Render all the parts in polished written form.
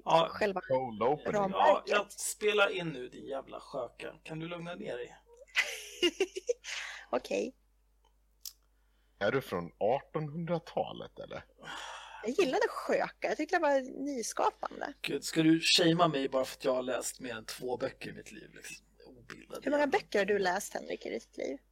Ja, själva Cold opening. ramverket. ja, jag spelar in nu, din jävla sköka. Kan du lugna ner dig? Okej. Är du från 1800-talet eller? Jag gillade sköka. Jag tyckte det var nyskapande. Gud, ska du shamea mig bara för att jag har läst mer än 2 böcker i mitt liv? Liksom? Obildad. Hur många böcker har du läst, Henrik, i ditt liv?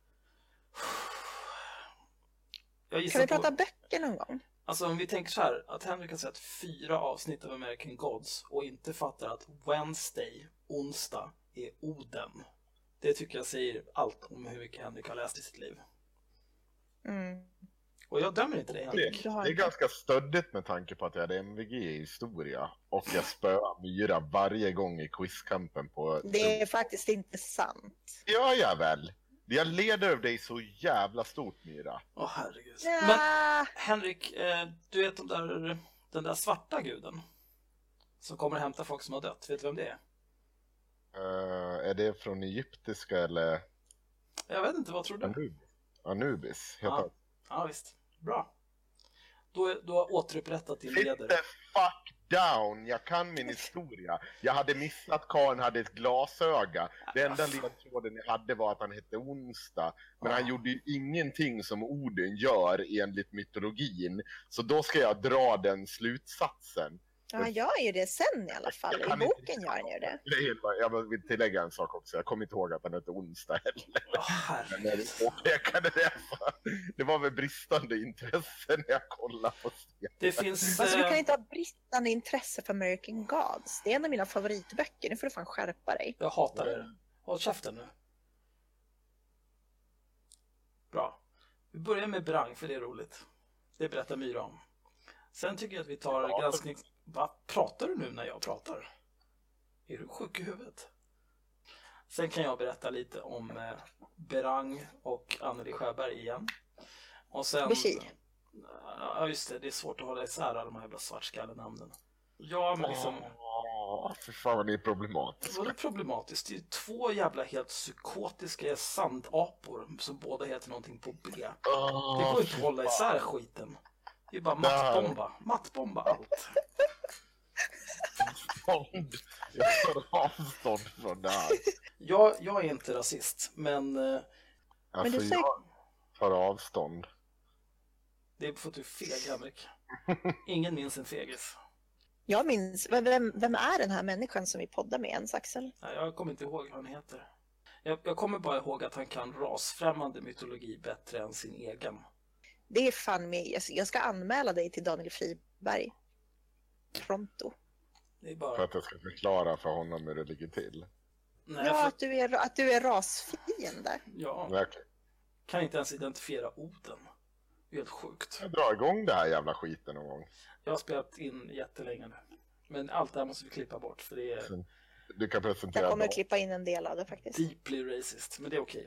Jag Kan vi på... prata böcker någon gång? Alltså om vi tänker så här, att Henrik har sett 4 avsnitt av American Gods och inte fattar att Wednesday, onsdag, är Oden. Det tycker jag säger allt om hur mycket Henrik har läst i sitt liv. Mm. Och jag dömer inte det, Henrik. Det är ganska stöddigt med tanke på att jag hade MVG i historia och jag spöar myra varje gång i quizkampen på... Det är faktiskt inte sant. Ja, jag väl. Jag leder över dig så jävla stort, Myra. Åh, herregud. Ja. Men Henrik, du vet den där svarta guden som kommer att hämta folk som har dött. Vet du vem det är? Är det från egyptiska eller... Jag vet inte, vad tror du? Anubis. Ja, visst. Bra. Du har återupprättat din Sit leder. the fuck down. Jag kan min historia. Jag hade missat Karn hade ett glasöga. Det enda ledtråden jag hade var att han hette Onsdag. Men han gjorde ju ingenting som orden gör enligt mytologin. Så då ska jag dra den slutsatsen. Ja, han gör ju det sen i alla fall. I boken gör han ju det. Jag vill tillägga en sak också. Jag kommer inte ihåg att han hette Onsdag heller. Det var väl bristande intresse när jag kollade på serien. Det finns... Alltså, du kan inte ha bristande intresse för American Gods. Det är en av mina favoritböcker. Nu får du fan skärpa dig. Jag hatar det. Håll käften nu. Bra. Vi börjar med Brang, för det är roligt. Det berättar Myra om. Sen tycker jag att vi tar granskning... Vad pratar du nu när jag pratar? Är du sjuk i huvudet? Sen kan jag berätta lite om Berang och Anneli Sjöberg igen. Och sen... Beskir. Ja, just det. Det är svårt att hålla isär alla de här jävla svartskallenamnen. Ja, men liksom... För fan vad det är problematiskt. Vad är problematiskt? Det är 2 jävla helt psykotiska sandapor som båda heter någonting på B. Det går inte att hålla isär skiten. Det är bara mattbomba. Mattbomba allt. Jag tar avstånd från det här. Jag är inte rasist, men... Alltså, men jag tar avstånd. Det är för att du är feg, Henrik. Ingen minns en fegis. Jag minns, vem är den här människan som vi poddar med ens, Axel? Nej, jag kommer inte ihåg vad han heter. Jag kommer bara ihåg att han kan rasfrämmande mytologi bättre än sin egen. Det är fan med. Jag ska anmäla dig till Daniel Friberg. Pronto. Det är bara... För att jag ska förklara för honom hur det ligger till. Nej, Ja, att du är rasfiende. Ja, Verkligen. kan inte ens identifiera Oden. Det är helt sjukt. Jag drar igång det här jävla skiten någon gång. Jag har spelat in jättelänge nu. Men allt det här måste vi klippa bort, för det är Du kan presentera Jag kommer dem. klippa in en del av det faktiskt. deeply racist. Men det är okej.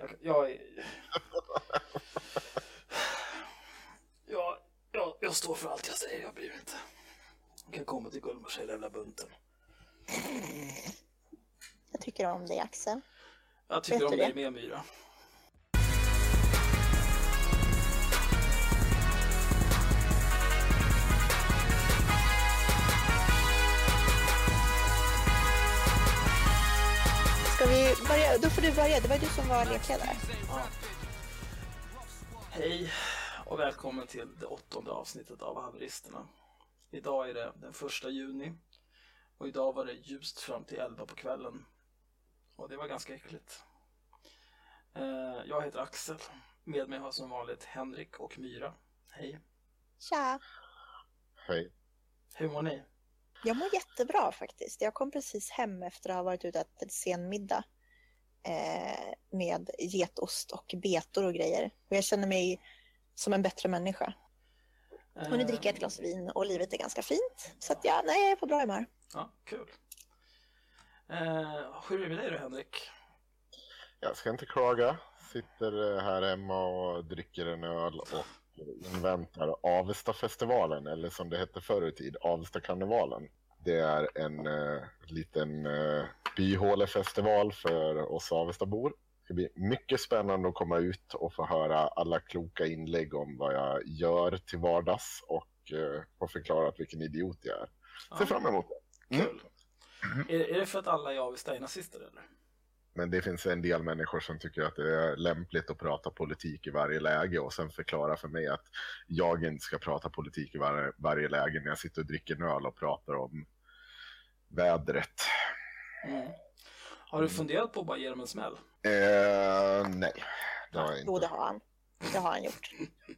Jag står för allt jag säger, jag bryr mig inte. Jag kan komma till Gullmars hela jävla bunten. Jag tycker om dig, Axel. Jag tycker Vet om du dig det? med, Myra. Ska vi börja? Då får du börja. Det var du som var lekledare. Ja. Hej och välkommen till det 8:e avsnittet av Haveristerna. Idag är det den 1 juni och idag var det ljust fram till 11 på kvällen. Och det var ganska äckligt. Jag heter Axel. Med mig har som vanligt Henrik och Myra. Hej. Tja. Hej. Hur mår ni? Jag mår jättebra faktiskt. Jag kom precis hem efter att ha varit ute och ätit sen middag. Med getost och betor och grejer. Och jag känner mig som en bättre människa. Och nu dricker jag ett glas vin och livet är ganska fint. Så att jag är på bra humör. Ja, kul. Hur är det med dig då, Henrik? Jag ska inte klaga. Sitter här hemma och dricker en öl och inväntar Avesta-festivalen, eller som det hette förr i tid, Avesta-karnevalen. Det är en liten byhålefestival för oss Avestabor. Det ska bli mycket spännande att komma ut och få höra alla kloka inlägg om vad jag gör till vardags och få förklarat vilken idiot jag är. Ser fram emot det. Kul. Är det för att alla i Avesta är nazister eller? Men det finns en del människor som tycker att det är lämpligt att prata politik i varje läge och sen förklara för mig att jag inte ska prata politik i varje läge när jag sitter och dricker en öl och pratar om vädret. Har du funderat på att bara ge dem en smäll? Nej, det har jag inte. Jo, det har han. Det har han gjort.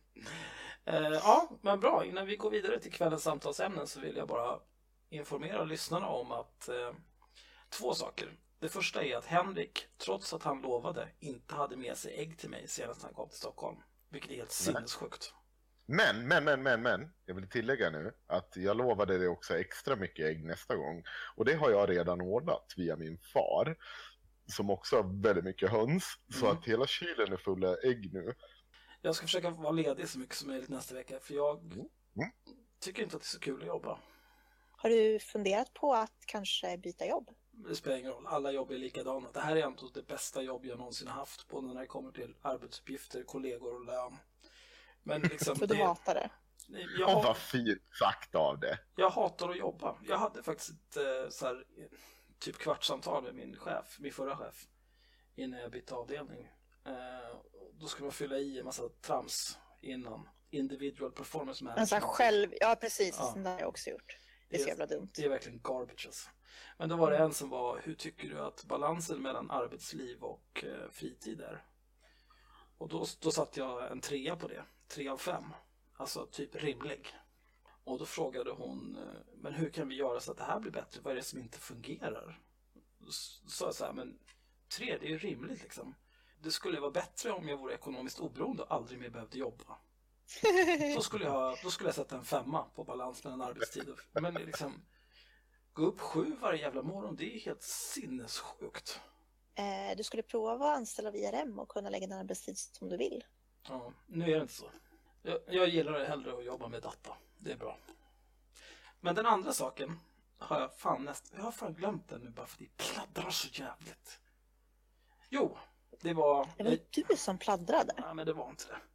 Ja, men bra. Innan vi går vidare till kvällens samtalsämnen så vill jag bara informera lyssnarna om att 2 saker. Det första är att Henrik, trots att han lovade, inte hade med sig ägg till mig senast han kom till Stockholm. Vilket är helt sinnessjukt. Men, jag vill tillägga nu att jag lovade dig också extra mycket ägg nästa gång. Och det har jag redan ordnat via min far, som också har väldigt mycket höns. Så att hela kylen är full av ägg nu. Jag ska försöka vara ledig så mycket som möjligt nästa vecka, för jag tycker inte att det är så kul att jobba. Har du funderat på att kanske byta jobb? Det spelar ingen roll, alla jobb är likadana. Det här är ändå det bästa jobb jag någonsin har haft, både när det kommer till arbetsuppgifter, kollegor och lön. Men liksom, för du hatar det? Vad fint sagt av det. Jag hatar att jobba. Jag hade faktiskt ett så här, typ kvartssamtal med min förra chef innan jag bytte avdelning. Då skulle man fylla i en massa trams innan. Individual performance management. Alltså själv, ja precis, det har jag också gjort. Det är så jävla dumt. Det är verkligen garbage alltså. Men då var det en som var, hur tycker du att balansen mellan arbetsliv och fritid är? Och då satte jag en 3 på det. 3 av 5. Alltså typ rimlig. Och då frågade hon, men hur kan vi göra så att det här blir bättre? Vad är det som inte fungerar? Då sa jag så här, men 3, det är ju rimligt liksom. Det skulle vara bättre om jag vore ekonomiskt oberoende och aldrig mer behövde jobba. Då skulle jag sätta en 5 på balans mellan arbetstid och... Men liksom, gå upp 7 varje jävla morgon, det är helt sinnessjukt. Du skulle prova att anställa VRM och kunna lägga den arbetstid som du vill. Ja, nu är det inte så. Jag gillar det hellre att jobba med data. Det är bra. Men den andra saken har jag fan glömt den nu bara för det pladdrar så jävligt. Jo, det var du som pladdrade. Ja, men det var inte det.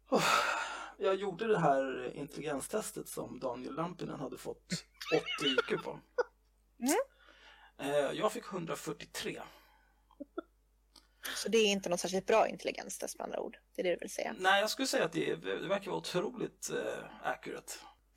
Jag gjorde det här intelligenstestet som Daniel Lampinen hade fått 80 IQ på. Jag fick 143. Så det är inte något särskilt bra intelligenstest med andra ord. Det är det du vill säga. Nej, jag skulle säga att det verkar vara otroligt accurate.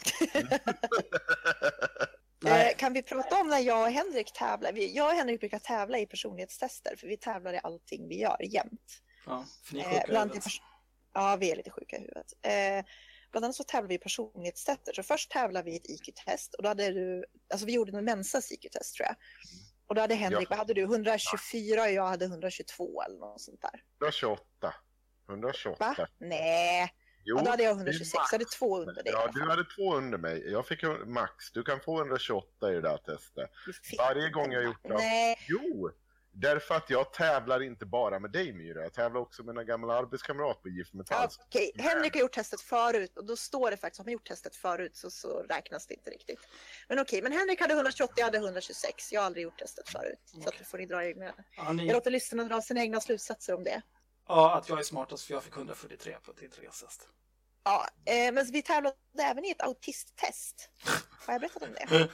Kan vi prata om när jag och Henrik tävlar? Jag och Henrik brukar tävla i personlighetstester, för vi tävlar i allting vi gör jämt. Ja, för ni är sjuka i huvudet. Ja, vi är lite sjuka i huvudet. Bland annat så tävlar vi i personlighetstester. Så först tävlar vi i ett IQ-test. Och då hade du, alltså vi gjorde en mensas IQ-test tror jag. Och då hade Henrik, vad hade du? 124 och jag hade 122 eller något sånt där. 128. Va? Nej. Jo, då hade jag 126, jag hade 2 under dig. Ja, du hade 2 under mig. Jag fick max. Du kan få 128 i det där testet. Varje gång jag gjort det. Nej. Jo, därför att jag tävlar inte bara med dig, Myra. Jag tävlar också med en gammal arbetskamrat på IF Metall. Okej, Henrik har gjort testet förut och då står det faktiskt, om han gjort testet förut så räknas det inte riktigt. Men okej, men Henrik hade 128, jag hade 126. Jag har aldrig gjort testet förut. Så att får ni dra egna. Jag låter lyssnarna dra sina egna slutsatser om det. Ja, att jag är smartast för jag fick 143 på ett intelligenstest. Ja, men vi tävlade även i ett autisttest. Har jag berättat om det?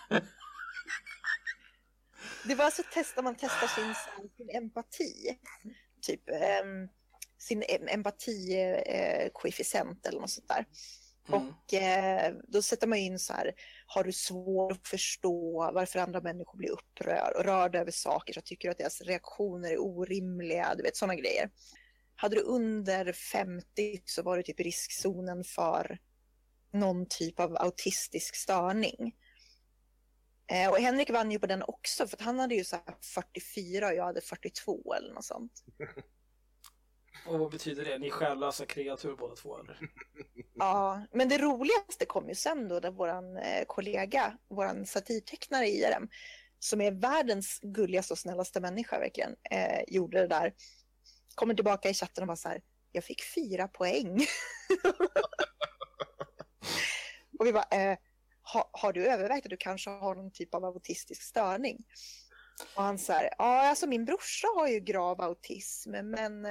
Det var alltså ett test där man testar sin empati. Typ sin empatikoefficient eller något sånt där. Och då sätter man in så här, har du svårt att förstå varför andra människor blir upprörda över saker, så tycker du att deras reaktioner är orimliga, du vet, sådana grejer. Hade du under 50 så var du typ i riskzonen för någon typ av autistisk störning. Och Henrik vann ju på den också, för att han hade ju så här 44 och jag hade 42 eller något sånt. Och vad betyder det? Ni är själlösa kreatur båda två, eller? Ja, men det roligaste kom ju sen då, där våran kollega, våran satirtecknare i IRM, som är världens gulligaste och snällaste människa verkligen, gjorde det där. Kommer tillbaka i chatten och bara så här, jag fick 4 poäng. Och vi bara, har du övervägt att du kanske har någon typ av autistisk störning? Och han så här, ja alltså min brorsa har ju grav autism, men...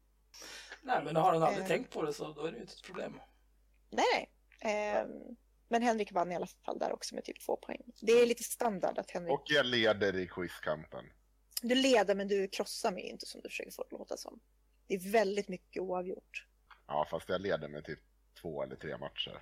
Nej, men har han aldrig tänkt på det så då är det ju inte ett problem. Nej. Men Henrik vann i alla fall där också med typ 2 poäng. Det är lite standard att Henrik... Och jag leder i quizkampen. Du leder, men du krossar mig inte som du försöker få det låta som. Det är väldigt mycket oavgjort. Ja, fast jag leder med typ 2 eller 3 matcher.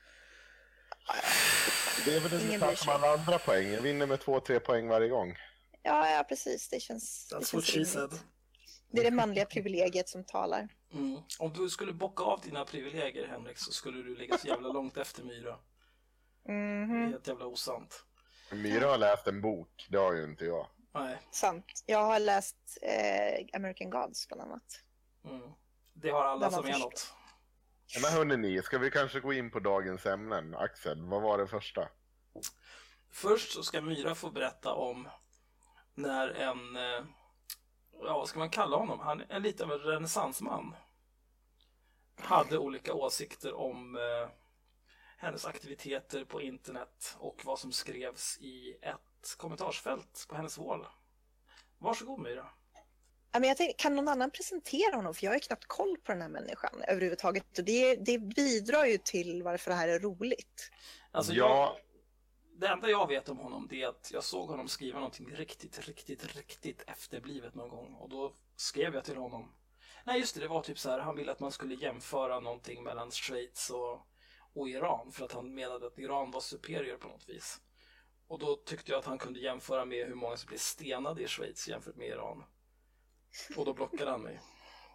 Det är väl ungefär som alla andra poäng. Jag vinner med 2-3 poäng varje gång. Ja, precis. Det känns rimligt. Det är det manliga privilegiet som talar. Mm. Om du skulle bocka av dina privilegier, Henrik, så skulle du ligga så jävla långt efter Myra. Det är helt jävla osant. Myra har läst en bok, det har ju inte jag. Nej. Sant. Jag har läst American Gods bland annat. Det har alla som är något. Men hörni, ska vi kanske gå in på dagens ämnen? Axel, vad var det första? Först så ska Myra få berätta om när en, vad ska man kalla honom? Han är lite av en renässansman. Hade olika åsikter om hennes aktiviteter på internet och vad som skrevs i ett kommentarsfält på hennes wall. Varsågod Myra. Jag tänkte, kan någon annan presentera honom? För jag har ju knappt koll på den här människan överhuvudtaget. Och det bidrar ju till varför det här är roligt. Alltså det enda jag vet om honom är att jag såg honom skriva någonting riktigt efterblivet någon gång. Och då skrev jag till honom. Nej just det var typ så här. Han ville att man skulle jämföra någonting mellan Schweiz och Iran. För att han menade att Iran var superior på något vis. Och då tyckte jag att han kunde jämföra med hur många som blir stenade i Schweiz jämfört med Iran. Och då blockade han mig.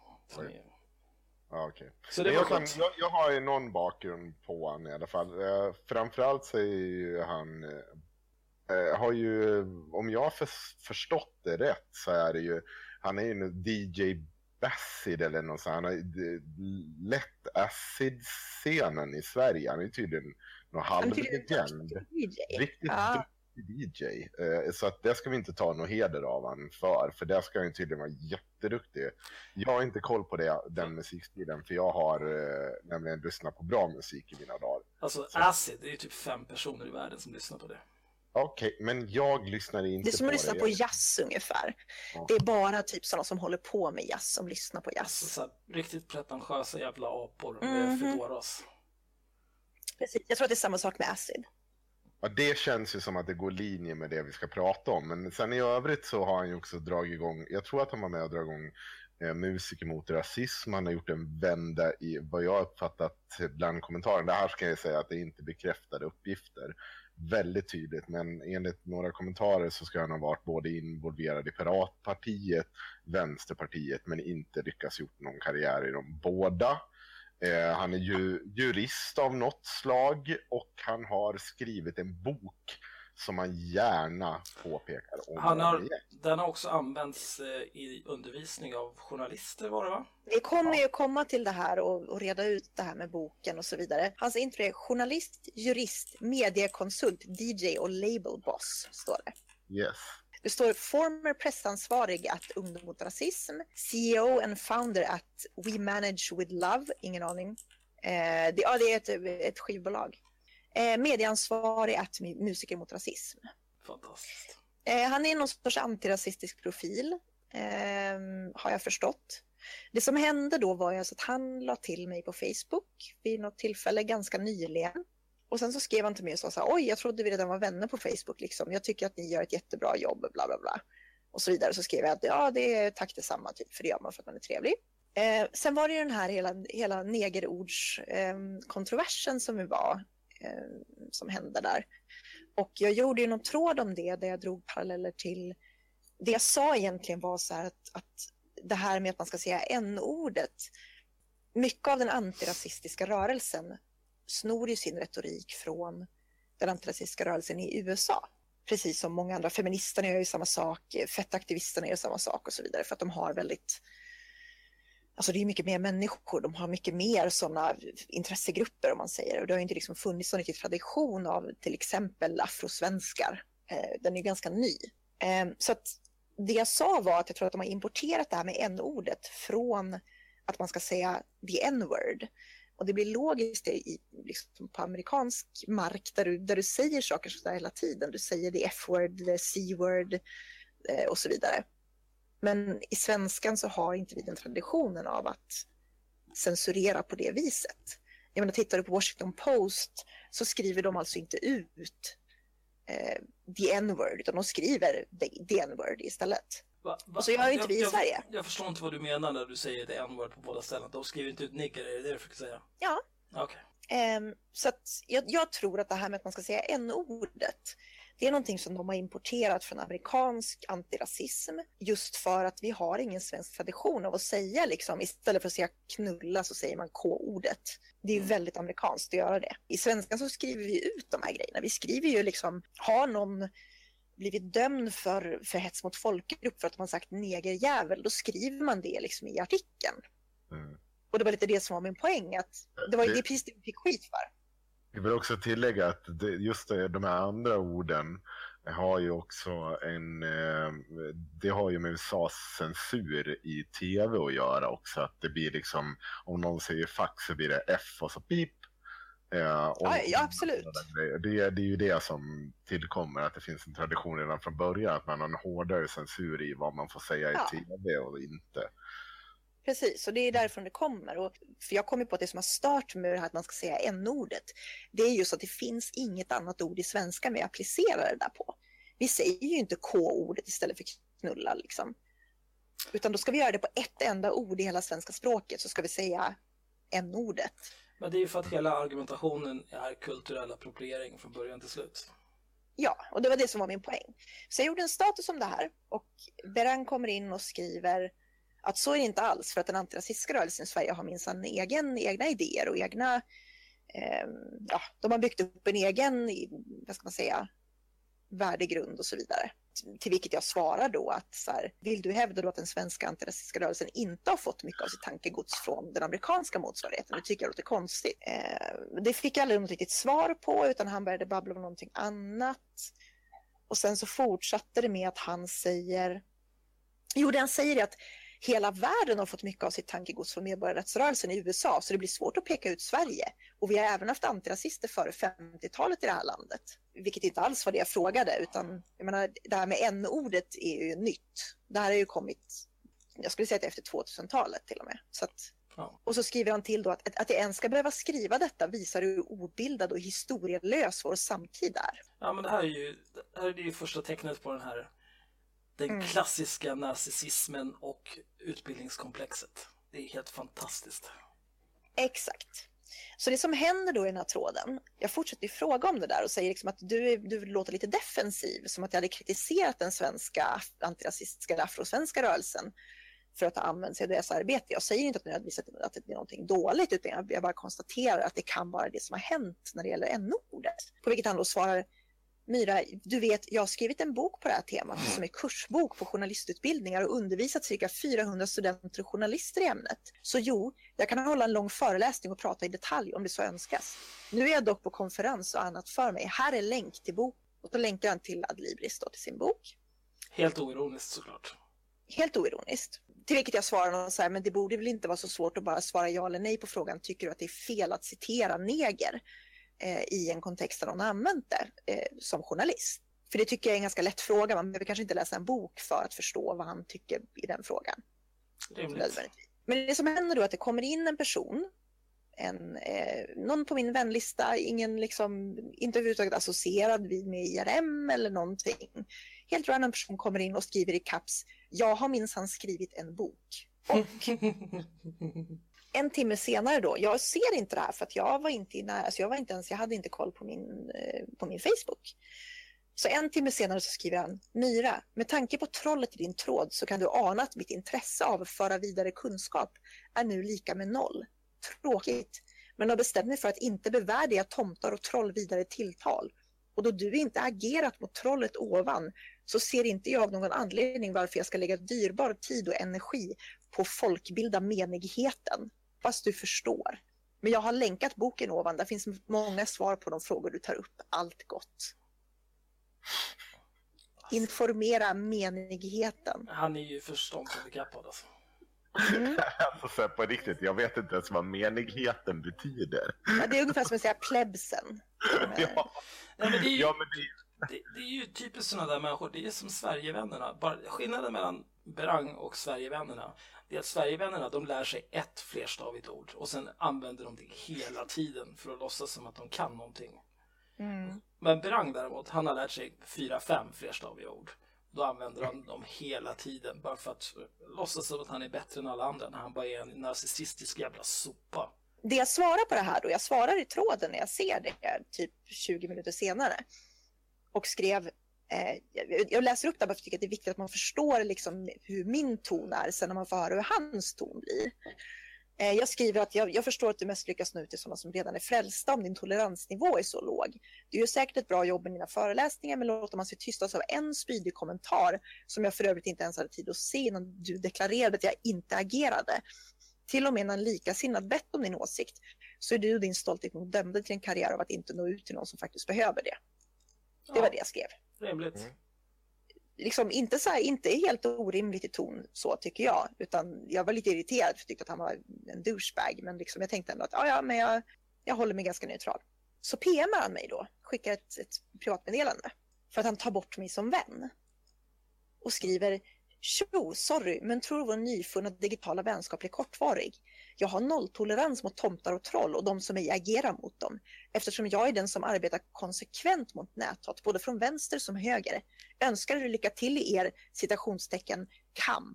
Ja, okej. Så det var jag har ju någon bakgrund på han i alla fall. Framförallt så är ju han... har ju, om jag har förstått det rätt så är det ju... Han är ju en DJ Acid eller något sånt. Han har lett Acid-scenen i Sverige. Han är tydligen någon halvlegend. Riktigt DJ. Så att det ska vi inte ta någon heder av han för det ska han tydligen vara jätteduktig. Jag har inte koll på den musikstilen för jag har nämligen lyssnat på bra musik i mina dagar. Alltså Acid, det är ju typ 5 personer i världen som lyssnar på det. Okej, men jag lyssnar inte på det. Det är som att lyssna på jazz ungefär. Ja. Det är bara typ sådana som håller på med jazz som lyssnar på jazz. Alltså, så här, riktigt pretentiösa jävla apor med fedoras. Precis, jag tror att det är samma sak med Acid. Ja, det känns ju som att det går linje med det vi ska prata om. Men sen i övrigt så har han ju också dragit igång, jag tror att han var med och dragit igång Musiker mot rasism. Han har gjort en vända i vad jag uppfattat bland kommentarerna. Det här ska jag säga att det är inte bekräftade uppgifter. Väldigt tydligt, men enligt några kommentarer så ska han ha varit både involverad i Piratpartiet, Vänsterpartiet, men inte lyckats gjort någon karriär i de båda. Han är ju jurist av något slag och han har skrivit en bok som man gärna påpekar om. Den har också använts i undervisning av journalister, var det va? Vi kommer ju komma till det här och reda ut det här med boken och så vidare. Hans intro är journalist, jurist, mediekonsult, DJ och label boss, står det. Yes. Det står former pressansvarig att Ungdom mot rasism, CEO and founder att We Manage with Love, ingen aning. Det är ett skivbolag. Medieansvarig att Musiker mot rasism. Fantastiskt. Han är någon sorts antirasistisk profil, har jag förstått. Det som hände då var ju alltså att han la till mig på Facebook vid något tillfälle ganska nyligen. Och sen så skrev han till mig och sa så här, oj, jag trodde vi redan var vänner på Facebook liksom. Jag tycker att ni gör ett jättebra jobb, bla bla bla. Och så vidare. Så skrev jag att ja, det är tack detsamma typ, för det gör man för att man är trevlig. Sen var det ju den här hela negerords-kontroversen som hände där. Och jag gjorde ju någon tråd om det där jag drog paralleller till det jag sa egentligen var så här att det här med att man ska säga n-ordet, mycket av den antirasistiska rörelsen snor ju sin retorik från den antirasistiska rörelsen i USA. Precis som många andra. Feministerna gör ju samma sak, fettaktivisterna gör samma sak och så vidare. För att de har väldigt... Alltså det är mycket mer människor, de har mycket mer sådana intressegrupper om man säger. Och det har ju inte liksom funnits någon riktig tradition av till exempel afrosvenskar. Den är ju ganska ny. Så att det jag sa var att jag tror att de har importerat det här med n-ordet från att man ska säga the n-word. Och det blir logiskt liksom på amerikansk mark där du säger saker så där hela tiden. Du säger the f-word, the c-word och så vidare. Men i svenskan så har inte vi den traditionen av att censurera på det viset. Jag menar, tittar du på Washington Post så skriver de alltså inte ut the n-word, utan de skriver the n-word istället. Och så gör ju inte vi i Sverige. Jag förstår inte vad du menar när du säger the n-word på båda ställen. De skriver inte ut nigger, är det du försöker säga? Ja. Okej. Så att jag tror att det här med att man ska säga n-ordet, det är någonting som de har importerat från amerikansk antirasism, just för att vi har ingen svensk tradition av att säga liksom, istället för att säga knulla så säger man k-ordet. Det är ju väldigt amerikanskt att göra det. I svenskan så skriver vi ut de här grejerna. Vi skriver ju liksom, har någon blivit dömd för hets mot folkgrupp för att man sagt negerjävel, då skriver man det liksom i artikeln. Och det var lite det som var min poäng, att det var det precis det vi fick skit för. Jag vill också tillägga att de här andra orden har ju också det har ju med USAs censur i tv att göra också. Att det blir liksom, om någon säger fuck så blir det F och så pip. Ja, absolut. Det är ju det som tillkommer, att det finns en tradition redan från början att man har en hårdare censur i vad man får säga i tv och inte. Precis, och det är därifrån det kommer. För jag kommer på att det som har stört med det här att man ska säga n-ordet, det är just att det finns inget annat ord i svenska med att applicera det där på. Vi säger ju inte k-ordet istället för knulla liksom. Utan då ska vi göra det på ett enda ord i hela svenska språket, så ska vi säga n-ordet. Men det är ju för att hela argumentationen är kulturell appropriering från början till slut. Ja, och det var det som var min poäng. Så jag gjorde en status om det här, och Beran kommer in och skriver att så är det inte alls, för att den antirasistiska rörelsen i Sverige har minsann egna idéer och egna, de har byggt upp en egen, vad ska man säga, värdegrund och så vidare. Till vilket jag svarar då att så här, vill du hävda då att den svenska antirasistiska rörelsen inte har fått mycket av sitt tankegods från den amerikanska motsvarigheten? Det tycker jag låter konstigt. Det fick jag aldrig något riktigt svar på, utan han började babbla om någonting annat. Och sen så fortsatte det med att han säger, det han säger är att hela världen har fått mycket av sitt tankegods från medborgarrättsrörelsen i USA, så det blir svårt att peka ut Sverige. Och vi har även haft antirasister före 50-talet i det här landet. Vilket inte alls var det jag frågade, utan jag menar, det här med n-ordet är ju nytt. Det här har ju kommit, jag skulle säga att efter 2000-talet till och med. Så att, och så skriver han till då att jag ens ska behöva skriva detta visar hur obildad och historielös vår samtid är. Ja, men det här är ju första tecknet på den klassiska narcissismen och utbildningskomplexet. Det är helt fantastiskt. Exakt. Så det som händer då i den här tråden, jag fortsätter ju fråga om det där och säger liksom att du låter lite defensiv, som att jag hade kritiserat den svenska antirasistiska eller afrosvenska rörelsen för att ha använt sig av deras arbete. Jag säger inte att det är någonting dåligt, utan jag bara konstaterar att det kan vara det som har hänt när det gäller n-ordet. På vilket han då svarar: Myra, du vet, jag har skrivit en bok på det här temat som är kursbok på journalistutbildningar och undervisat cirka 400 studenter och journalister i ämnet. Så jo, jag kan hålla en lång föreläsning och prata i detalj om det så önskas. Nu är jag dock på konferens och annat för mig. Här är länk till bok. Och så länkar han till Adlibris då, till sin bok. Helt oironiskt såklart. Helt oironiskt. Till vilket jag svarar någon så här, men det borde väl inte vara så svårt att bara svara ja eller nej på frågan. Tycker du att det är fel att citera neger i en kontext där någon har använt det som journalist? För det tycker jag är en ganska lätt fråga. Man behöver kanske inte läsa en bok för att förstå vad han tycker i den frågan. Men det som händer då är att det kommer in en person, någon på min vänlista, ingen liksom, inte överhuvudtaget associerad med IRM eller någonting. Helt random person kommer in och skriver i caps: jag har minsann skrivit en bok. Och en timme senare då, jag ser inte det här för att jag var inte jag hade inte koll på min Facebook. Så en timme senare så skriver han: Myra, med tanke på trollet i din tråd så kan du ana att mitt intresse av att föra vidare kunskap är nu lika med 0. Tråkigt, men har bestämt mig för att inte bevärdiga tomtar och troll vidare tilltal. Och då du inte agerat mot trollet ovan, så ser inte jag någon anledning varför jag ska lägga dyrbar tid och energi på folkbilda menigheten. Fast du förstår. Men jag har länkat boken ovan. Där finns många svar på de frågor du tar upp. Allt gott. Informera menigheten. Han är ju förståndshandikappad alltså. Alltså på riktigt, jag vet inte ens vad menigheten betyder. Ja, det är ungefär som att säga plebsen. Ja. Nej, men det är ju typiskt sådana där människor. Det är som Sverigevännerna. Bara skillnaden mellan Berang och Sverigevännerna, det är att Sverigevännerna, de lär sig ett flerstavigt ord och sen använder de det hela tiden för att låtsas som att de kan någonting. Men Berang däremot, han har lärt sig 4-5 flerstaviga ord. Då använder han dem hela tiden bara för att låtsas som att han är bättre än alla andra när han bara är en narcissistisk jävla sopa. Det jag svarar på det här då, jag svarar i tråden när jag ser det typ 20 minuter senare. Och skrev, jag läser upp det för att jag tycker att det är viktigt att man förstår liksom hur min ton är sen när man får höra hur hans ton blir. Jag skriver att jag förstår att du mest lyckas nå ut till sådana som redan är frälsta om din toleransnivå är så låg. Du gör säkert ett bra jobb med dina föreläsningar, men låter man sig tystas av en spydig kommentar som jag för övrigt inte ens hade tid att se innan du deklarerade att jag inte agerade. Till och med när en likasinnad bett om din åsikt så är du och din stolthet nog dömda till en karriär av att inte nå ut till någon som faktiskt behöver det. Det var det jag skrev. Rimligt. Liksom inte helt orimligt i ton så tycker jag, utan jag var lite irriterad för jag tyckte att han var en douchebag, men liksom jag tänkte ändå att men jag håller mig ganska neutral. Så PMar han mig då, skickar ett privatmeddelande för att han tar bort mig som vän och skriver: "Tjo, sorry, men tror vår nyfunna digitala vänskap är kortvarig. Jag har nolltolerans mot tomtar och troll och de som ej agerar mot dem, eftersom jag är den som arbetar konsekvent mot näthat, både från vänster som höger. Önskar er lycka till i er citationstecken kamp."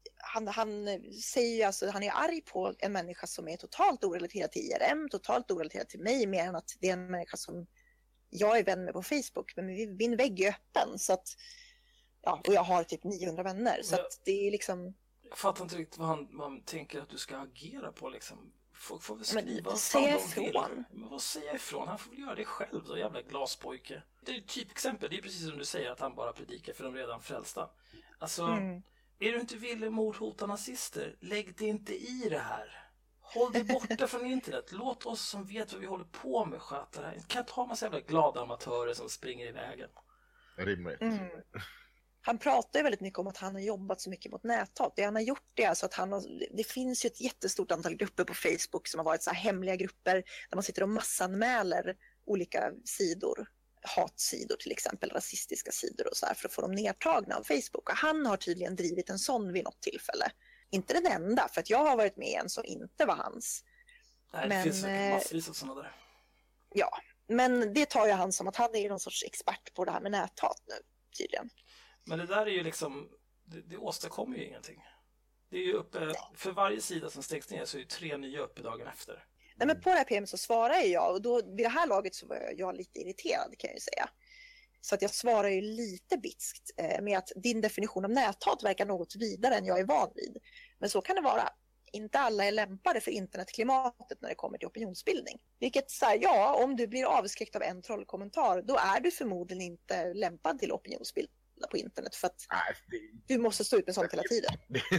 Han säger ju alltså, han är arg på en människa som är totalt orelaterad till IRM, totalt orelaterad till mig, mer än att det är en människa som jag är vän med på Facebook, men min vägg är öppen, så att och jag har typ 900 vänner, så att det är liksom... Jag fattar inte riktigt vad han tänker att du ska agera på liksom. Folk får väl skriva. Men säga ifrån. Men vad säger ifrån? Han får väl göra det själv då, jävla glaspojke. Det är ett typexempel, det är precis som du säger att han bara predikar för de redan frälsta. Alltså, är du inte villig mordhota nazister? Lägg det inte i det här. Håll dig borta från internet. Låt oss som vet vad vi håller på med sköta det här. Kan inte ha massa jävla glada amatörer som springer i vägen. Rimligt. Han pratar ju väldigt mycket om att han har jobbat så mycket mot näthat. Det han har gjort är alltså att det finns ju ett jättestort antal grupper på Facebook som har varit så här hemliga grupper där man sitter och massanmäler olika sidor. Hatsidor till exempel, rasistiska sidor och så här, för att få dem nedtagna av Facebook. Och han har tydligen drivit en sån vid något tillfälle. Inte den enda, för att jag har varit med i en som inte var hans. Nej, det finns massvis av sådana där. Ja, men det tar ju han som att han är någon sorts expert på det här med näthat nu, tydligen. Men det där är ju liksom, det åstadkommer ju ingenting. Det är ju uppe, för varje sida som stängs ner så är det 3 nya uppe dagen efter. Nej, men på det här PM så svarar jag, och då vid det här laget så var jag lite irriterad, kan jag ju säga. Så att jag svarar ju lite bitskt med att din definition av näthat verkar något vidare än jag är van vid. Men så kan det vara. Inte alla är lämpade för internetklimatet när det kommer till opinionsbildning. Vilket så här, om du blir avskräckt av en trollkommentar, då är du förmodligen inte lämpad till opinionsbildning på internet, för att du måste stå ut med sånt hela tiden.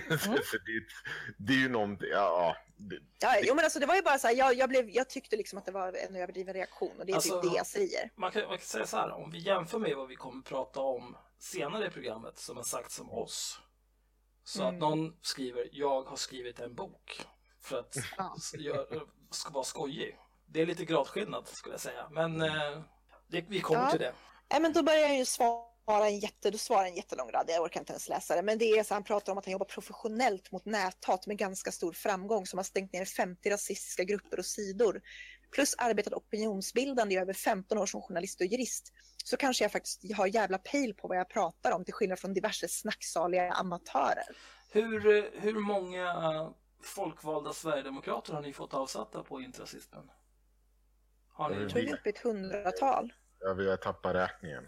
Det är ju någonting, men alltså det var ju bara så här, jag tyckte liksom att det var en överdriven reaktion, och det är alltså, typ det jag säger. Man kan säga så här, om vi jämför med vad vi kommer prata om senare i programmet som har sagt som oss. Så att någon skriver, jag har skrivit en bok för att ska vara skojig. Det är lite gradskillnad skulle jag säga, men vi kommer till det. Men då börjar jag ju svara en jättelång rad, jag orkar inte ens läsa det. Men det är så, han pratar om att han jobbar professionellt mot näthat med ganska stor framgång, som har stängt ner 50 rasistiska grupper och sidor. Plus arbetat opinionsbildande i över 15 år som journalist och jurist. Så kanske jag faktiskt har jävla pejl på vad jag pratar om, till skillnad från diverse snacksaliga amatörer. Hur många folkvalda Sverigedemokrater har ni fått avsatta på intrasismen? Har ni? Jag tror vi är uppe i 100-tal. Ja, vi har tappat räkningen.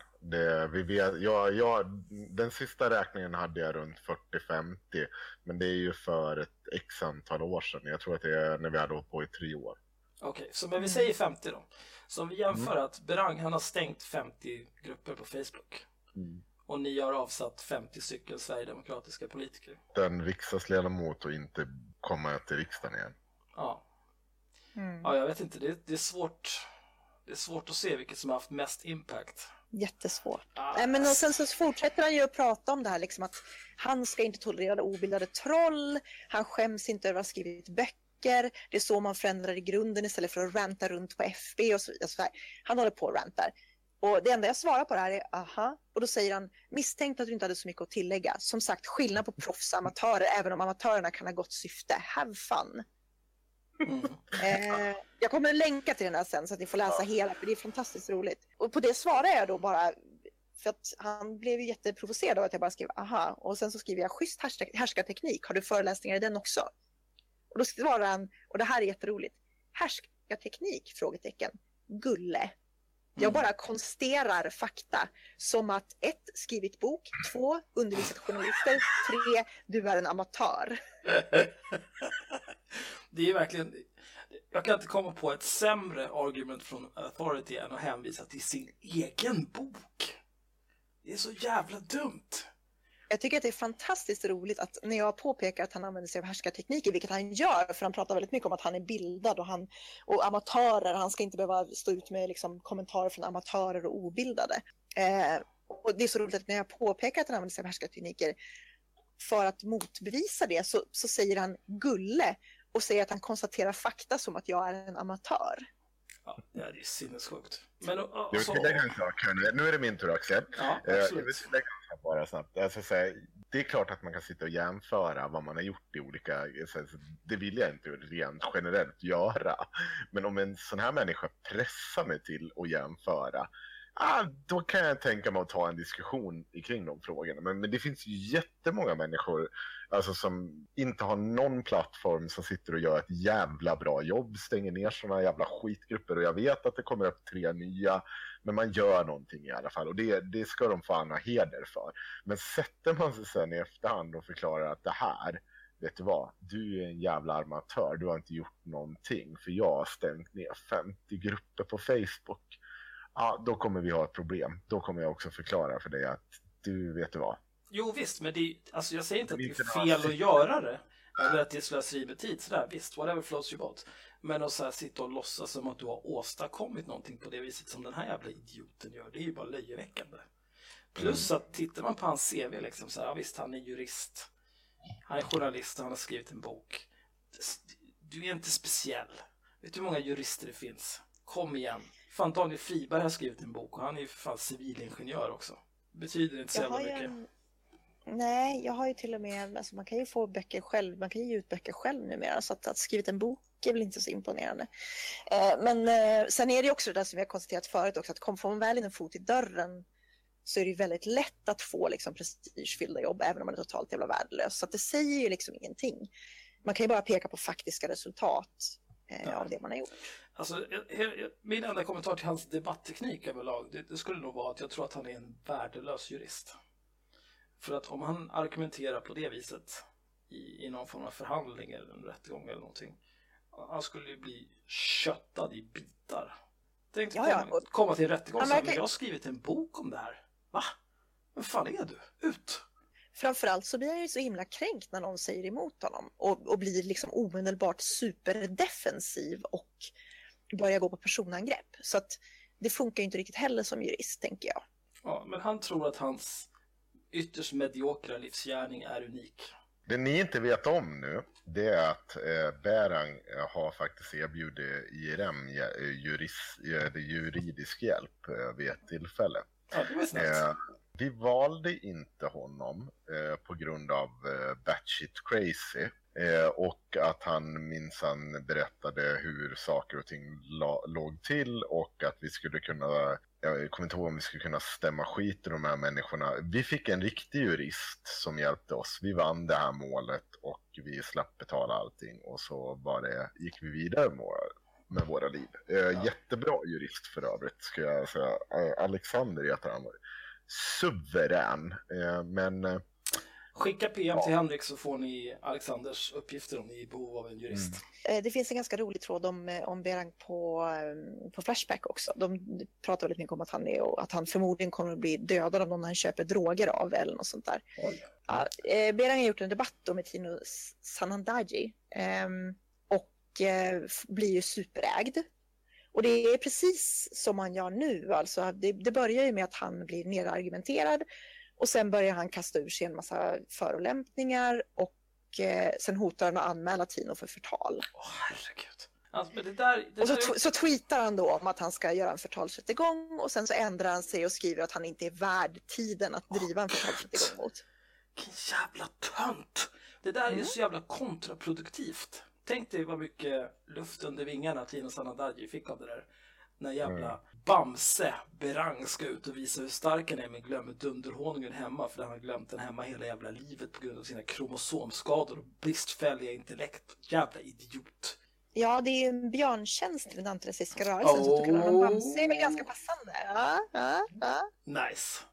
Den sista räkningen hade jag runt 40-50, men det är ju för ett x antal år sedan. Jag tror att det är när vi hade hållit på i 3 år. Okej, så men vi säger 50 då. Så om vi jämför att Berang, han har stängt 50 grupper på Facebook. Och ni har avsatt 50 stycken sverigedemokratiska politiker. Den riksdagsledamot och inte komma till riksdagen igen. Ja. Ja, jag vet inte. Det är svårt. Det är svårt att se vilket som har haft mest impact. Jättesvårt. Men och sen så fortsätter han ju att prata om det här liksom, att han ska inte tolerera obildade troll. Han skäms inte över att ha skrivit böcker. Det är så man förändrar i grunden istället för att ranta runt på FB och så vidare. Han håller på och rantar. Och det enda jag svarar på det här är aha. Och då säger han, misstänkt att du inte hade så mycket att tillägga. Som sagt, skillnad på proffs och amatörer, även om amatörerna kan ha gott syfte. Have fun. Jag kommer länka till den här sen så att ni får läsa hela, för det är fantastiskt roligt. Och på det svarar jag då bara, för att han blev ju jätteprovocerad av att jag bara skrev aha. Och sen så skriver jag schysst härskarteknik, har du föreläsningar i den också? Och då svarar han, och det här är jätteroligt, härskarteknik? Frågetecken. Gulle. Jag bara konsterar fakta som att 1. Skrivit bok, 2. Undervisat journalister, 3. Du är en amatör. Det är verkligen, jag kan inte komma på ett sämre argument från Authority än att hänvisa till sin egen bok. Det är så jävla dumt. Jag tycker att det är fantastiskt roligt att när jag påpekar att han använder sig av härskartekniker, vilket han gör, för han pratar väldigt mycket om att han är bildad och amatörer, han ska inte behöva stå ut med liksom kommentarer från amatörer och obildade. Och det är så roligt att när jag påpekar att han använder sig av härskartekniker, för att motbevisa det så säger han gulle och säger att han konstaterar fakta som att jag är en amatör. Ja, det är sinnessjukt. Men nu är det min tur, Axel. Ja, jag vill lägga bara snabbt. Alltså, det är klart att man kan sitta och jämföra vad man har gjort i olika... Det vill jag inte rent generellt göra. Men om en sån här människa pressar mig till att jämföra, då kan jag tänka mig att ta en diskussion kring de frågorna. Men det finns ju jättemånga människor alltså, som inte har någon plattform, som sitter och gör ett jävla bra jobb, stänger ner såna jävla skitgrupper. Och jag vet att det kommer upp 3 nya, men man gör någonting i alla fall. Och det ska de fan ha heder för. Men sätter man sig sen i efterhand och förklarar att det här, vet du vad, du är en jävla amatör, du har inte gjort någonting. För jag har stängt ner 50 grupper på Facebook. Ja, då kommer vi ha ett problem. Då kommer jag också förklara för dig att du vet vad. Jo visst, men alltså jag säger inte att det är fel att göra det. Eller att det är slöseri med tid. Sådär, visst, whatever floats your boat. Men att så här sitta och låtsas som att du har åstadkommit någonting på det viset som den här jävla idioten gör, det är ju bara löjeväckande. Plus att tittar man på hans CV liksom så här, ja, visst, han är jurist. Han är journalist och han har skrivit en bok. Du är inte speciell. Vet du hur många jurister det finns? Kom igen. Fan, Daniel Friberg har skrivit en bok och han är ju för fan civilingenjör också. Betyder inte så jävla mycket. Nej, jag har ju till och med, alltså man kan ju få böcker själv, man kan ju ge ut böcker själv numera, så att skrivit en bok är väl inte så imponerande. Men sen är det också det där som vi har konstaterat förut också, att får man väl in en fot i dörren så är det ju väldigt lätt att få liksom prestigefyllda jobb även om man är totalt jävla värdelös. Så att det säger ju liksom ingenting. Man kan ju bara peka på faktiska resultat av det man har gjort. Alltså, min enda kommentar till hans debattteknik överlag, det skulle nog vara att jag tror att han är en värdelös jurist. För att om han argumenterar på det viset i någon form av förhandling eller en rättegång eller någonting, han skulle ju bli köttad i bitar. Tänk komma till en rättegång och säga, men jag har skrivit en bok om det här. Va? Vem fan är du? Ut! Framförallt så blir han ju så himla kränkt när någon säger emot honom och blir liksom omedelbart superdefensiv och börjar gå på personangrepp. Så att det funkar ju inte riktigt heller som jurist, tänker jag. Ja, men han tror att hans ytterst mediokra livsgärning är unik. Det ni inte vet om nu, det är att Berang har faktiskt erbjudit IRM juridisk hjälp vid ett tillfälle. Ja, det var snällt. Vi valde inte honom på grund av batshit crazy och att han minsann berättade hur saker och ting låg till och att vi skulle kunna, jag kommer inte ihåg om vi skulle kunna stämma skit i de här människorna. Vi fick en riktig jurist som hjälpte oss. Vi vann det här målet och vi slapp betala allting och så gick vi vidare med våra liv. Jättebra jurist för övrigt, ska jag säga. Alexander heter han. Suverän, men... Skicka PM till Henrik så får ni Alexanders uppgifter om ni är i behov av en jurist. Det finns en ganska rolig tråd om Berang på Flashback också. De pratar väldigt mycket om att han förmodligen kommer att bli dödad av någon han köper droger av eller något sånt där. Ja, Berang har gjort en debatt med Tino Sanandaji och blir ju superägd. Och det är precis som man gör nu. Alltså det börjar ju med att han blir nerargumenterad och sen börjar han kasta ur sig en massa förolämpningar och sen hotar han att anmäla Tino för förtal. Herregud. Alltså, men det där... Så tweetar han då om att han ska göra en förtalsrättegång och sen så ändrar han sig och skriver att han inte är värd tiden att driva en förtalsrättegång mot. Vilken jävla tönt! Det där är så jävla kontraproduktivt. Tänk dig vad mycket luft under vingarna Tino Sanandaji fick av det där. När jävla Bamse Berang ska ut och visa hur stark han är, men glömmer dunderhonungen hemma för han har glömt den hemma hela jävla livet på grund av sina kromosomskador och bristfälliga intellekt. Jävla idiot. Ja, det är ju en björntjänst till den antirasistiska rörelsen. Så att du kan ha en Bamse är väl ganska passande. Ja. Nice.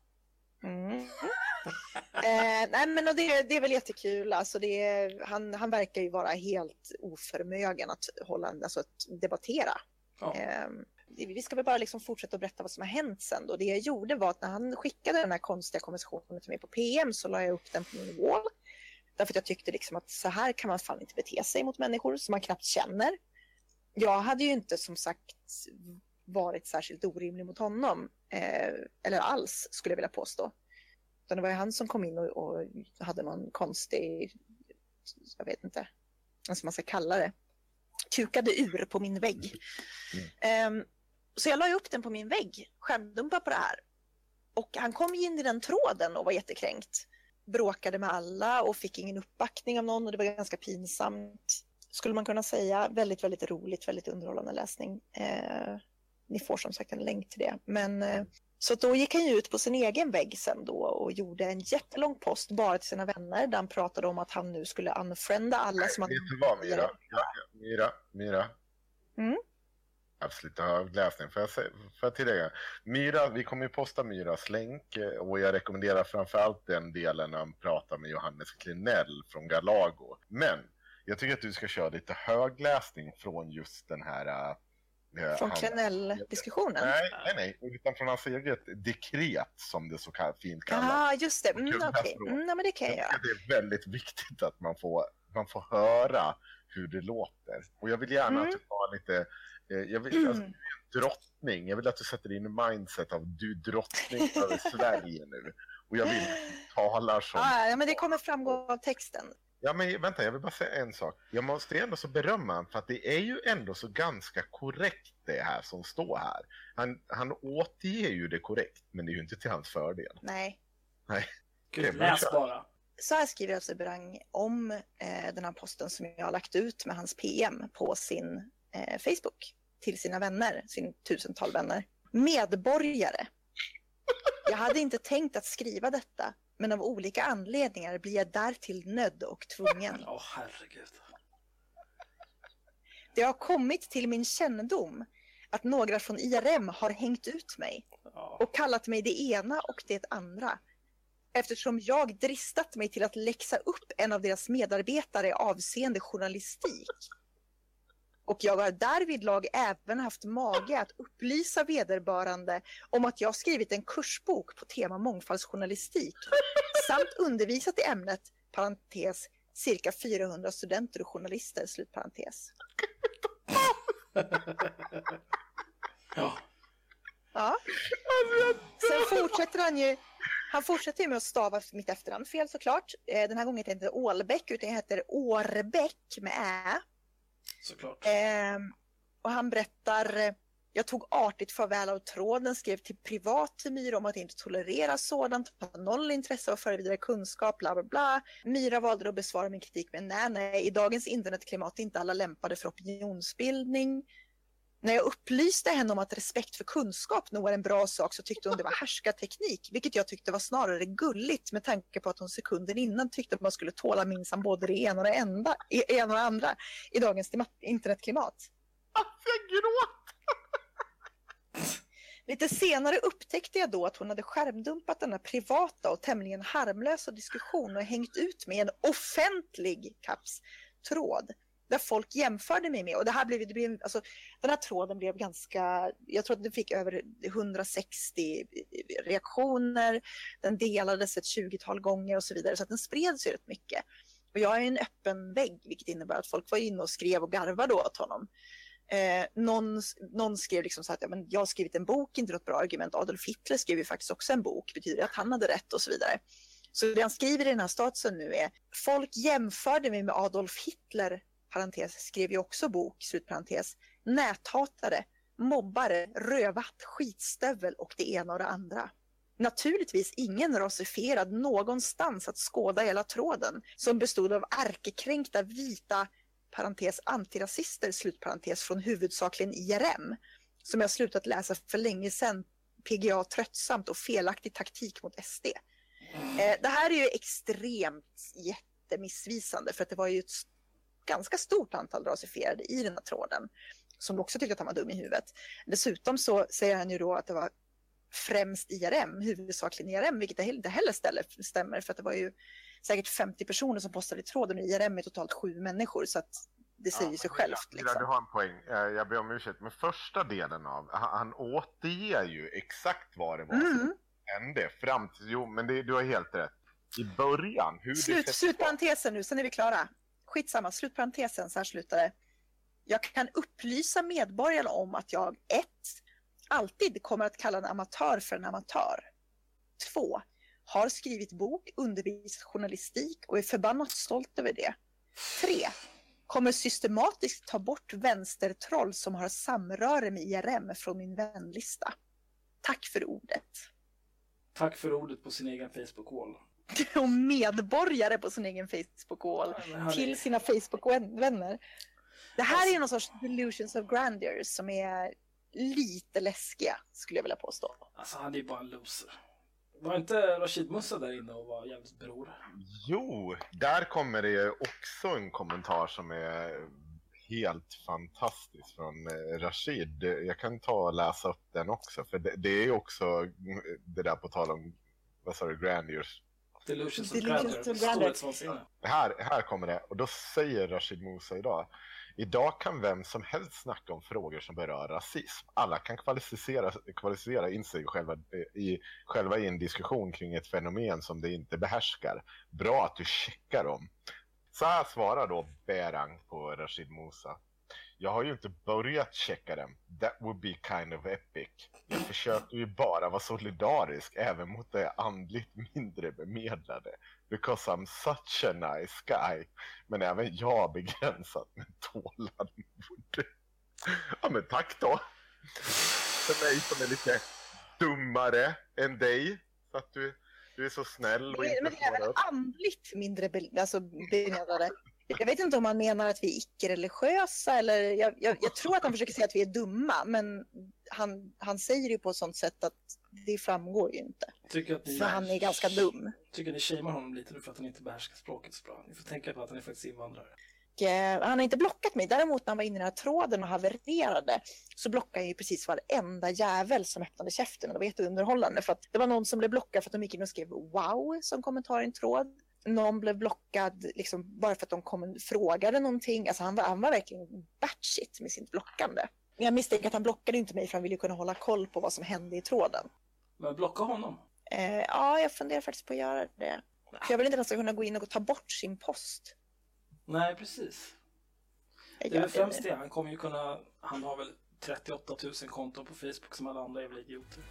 Nej, men och det är väl jättekul. Alltså han verkar ju vara helt oförmögen att debattera. Ja. Vi ska väl bara liksom fortsätta att berätta vad som har hänt sen då. Det jag gjorde var att när han skickade den här konstiga konversationen till mig på PM så la jag upp den på min wall. Därför att jag tyckte liksom att så här kan man fan inte bete sig mot människor som man knappt känner. Jag hade ju inte som sagt varit särskilt orimlig mot honom. Eller alls skulle jag vilja påstå. Utan det var ju han som kom in och hade någon konstig, jag vet inte vad man ska kalla det, kukade ur på min vägg. Så jag la upp den på min vägg, skärmdumpade på det här. Och han kom in i den tråden och var jättekränkt. Bråkade med alla och fick ingen uppbackning av någon och det var ganska pinsamt. Skulle man kunna säga. Väldigt, väldigt roligt, väldigt underhållande läsning. Ni får som sagt en länk till det. Men så då gick han ju ut på sin egen vägg sen då och gjorde en jättelång post bara till sina vänner där han pratade om att han nu skulle unfrienda alla som Vet du vad, Myra? Absolut högläsning. Får jag tillägga? Myra, vi kommer ju posta Myras länk och jag rekommenderar framförallt den delen när han pratar med Johannes Klinell från Galago. Men jag tycker att du ska köra lite högläsning från just den här... Från Klinell-diskussionen? Nej, utan från hans eget dekret som det så fint kallas. Ja, just det. Okej. Men det kan jag göra. Det är väldigt viktigt att man får höra hur det låter. Och jag vill gärna att du tar lite... Jag vill, alltså, du är en drottning. Jag vill att du sätter in mindset av du drottning över Sverige nu. Och jag vill att du talar som... Ja, men det kommer framgå av texten. Ja, men vänta, jag vill bara säga en sak. Jag måste ändå så berömma honom för att det är ju ändå så ganska korrekt det här som står här. Han återger ju det korrekt, men det är ju inte till hans fördel. Nej. Gud, läs bara. Så här skriver alltså Berang om den här posten som jag har lagt ut med hans PM på sin Facebook till sina vänner, sin tusental vänner. Medborgare. Jag hade inte tänkt att skriva detta, men av olika anledningar blir jag därtill nödd och tvungen. Herregud. Det har kommit till min kännedom att några från IRM har hängt ut mig och kallat mig det ena och det andra. Eftersom jag dristat mig till att läxa upp en av deras medarbetare avseende journalistik. Och jag har därvidlag även haft mage att upplysa vederbörande om att jag skrivit en kursbok på tema mångfaldsjournalistik samt undervisat i ämnet, parentes, cirka 400 studenter och journalister, slutparentes. Ja. Sen fortsätter han fortsätter med att stava mitt efternamn fel såklart. Den här gången heter det inte Ålbäck utan jag heter Årbäck med ä. Såklart. Och han berättar, jag tog artigt farväl av tråden, skrev till privat till Myra om att inte tolerera sådant, ha noll intresse av att föra vidare kunskap, bla bla bla. Myra valde att besvara min kritik med nej, i dagens internetklimat är inte alla lämpade för opinionsbildning. När jag upplyste henne om att respekt för kunskap nog var en bra sak så tyckte hon det var härskarteknik, vilket jag tyckte var snarare gulligt med tanke på att hon sekunden innan tyckte att man skulle tåla minsann både det ena och det andra i dagens internetklimat. Jag gråter! Lite senare upptäckte jag då att hon hade skärmdumpat den här privata och tämligen harmlösa diskussion och hängt ut med en offentlig tråd. Där folk jämförde mig med. Och det här den här tråden blev ganska... Jag tror att den fick över 160 reaktioner. Den delades ett 20-tal gånger och så vidare. Så att den spreds ju rätt mycket. Och jag är en öppen vägg. Vilket innebär att folk var inne och skrev och garvade åt honom. Någon skrev liksom så att jag har skrivit en bok, inte något bra argument. Adolf Hitler skrev ju faktiskt också en bok. Betyder det att han hade rätt och så vidare. Så det han skriver i den här statusen nu är: folk jämförde mig med Adolf Hitler, parentes, skrev ju också bok, slutparentes, näthatare, mobbare, rövat, skitstövel och det ena och det andra. Naturligtvis ingen rasifierad någonstans att skåda hela tråden som bestod av ärkekränkta vita parentes antirasister, slutparentes från huvudsakligen IRM, som jag slutat läsa för länge sedan, PGA tröttsamt och felaktig taktik mot SD. Det här är ju extremt jättemissvisande, för att det var ju ett ganska stort antal rasifierade i den här tråden som också tyckte att han var dum i huvudet. Dessutom så säger han ju då att det var främst IRM, huvudsakligen IRM, vilket inte heller stämmer, för att det var ju säkert 50 personer som postade i tråden och IRM är totalt 7 människor, så att det säger sig självt. Liksom. Du har en poäng, jag ber om ursäkt, men första delen av, han återger ju exakt vad det var som hände fram till, men du har helt rätt. I början, slutparentesen nu, sen är vi klara. Skitsamma, slutparentesen, så här slutar det. Jag kan upplysa medborgarna om att jag 1. alltid kommer att kalla en amatör för en amatör. 2. Har skrivit bok, undervisat journalistik och är förbannat stolt över det. 3. Kommer systematiskt ta bort vänstertroll som har samröre med IRM från min vänlista. Tack för ordet. Tack för ordet på sin egen Facebook-wall. Och medborgare på sin egen Facebook-wall. Till sina Facebook-vänner. Det här är någon sorts delusions of grandeur som är lite läskiga, skulle jag vilja påstå. Alltså han är ju bara en loser. Var inte Rashid Musa där inne och var jävligt bror? Jo, där kommer det också en kommentar som är helt fantastisk från Rashid. Jag kan ta och läsa upp den också, för det är ju också det där på tal om, vad sa du, grandeurs. Delusions of grandeur. Här kommer det, och då säger Rashid Musa idag kan vem som helst snacka om frågor som berör rasism. Alla kan kvalificera in sig själva i en diskussion kring ett fenomen som de inte behärskar. Bra att du checkar dem. Så här svarar då Berang på Rashid Musa. Jag har ju inte börjat checka dem. That would be kind of epic. Jag försöker ju bara vara solidarisk även mot det andligt mindre bemedlade. Because I'm such a nice guy. Men även jag har begränsat med tålamod. Ja, men tack då. För mig som är lite dummare än dig. Så att du är så snäll och inte men det är även andligt mindre bemedlade. Jag vet inte om han menar att vi är icke-religiösa, eller jag tror att han försöker säga att vi är dumma, men han säger det på ett sånt sätt att det framgår ju inte. För han är ganska dum. Tycker ni shamear honom lite nu för att han inte behärskar språket så bra? Ni får tänka på att han är faktiskt invandrare. Han har inte blockat mig. Däremot när han var inne i den här tråden och havererade så blockade han ju precis varenda jävel som öppnade käften. Och det var jätteunderhållande, för att det var någon som blev blockad för att de gick in och skrev wow som kommentar i en tråd. Någon blev blockad liksom bara för att de frågade någonting. Alltså han var verkligen batshit med sitt blockande. Men jag misstänker att han blockade inte mig, för han ville kunna hålla koll på vad som hände i tråden. Men blocka honom? Ja, jag funderar faktiskt på att göra det. För jag vill inte att han ska kunna gå in och ta bort sin post. Nej, precis. Det är väl främst det. Han kommer ju kunna... Han har väl 38 000 konton på Facebook som alla andra är väl idioter.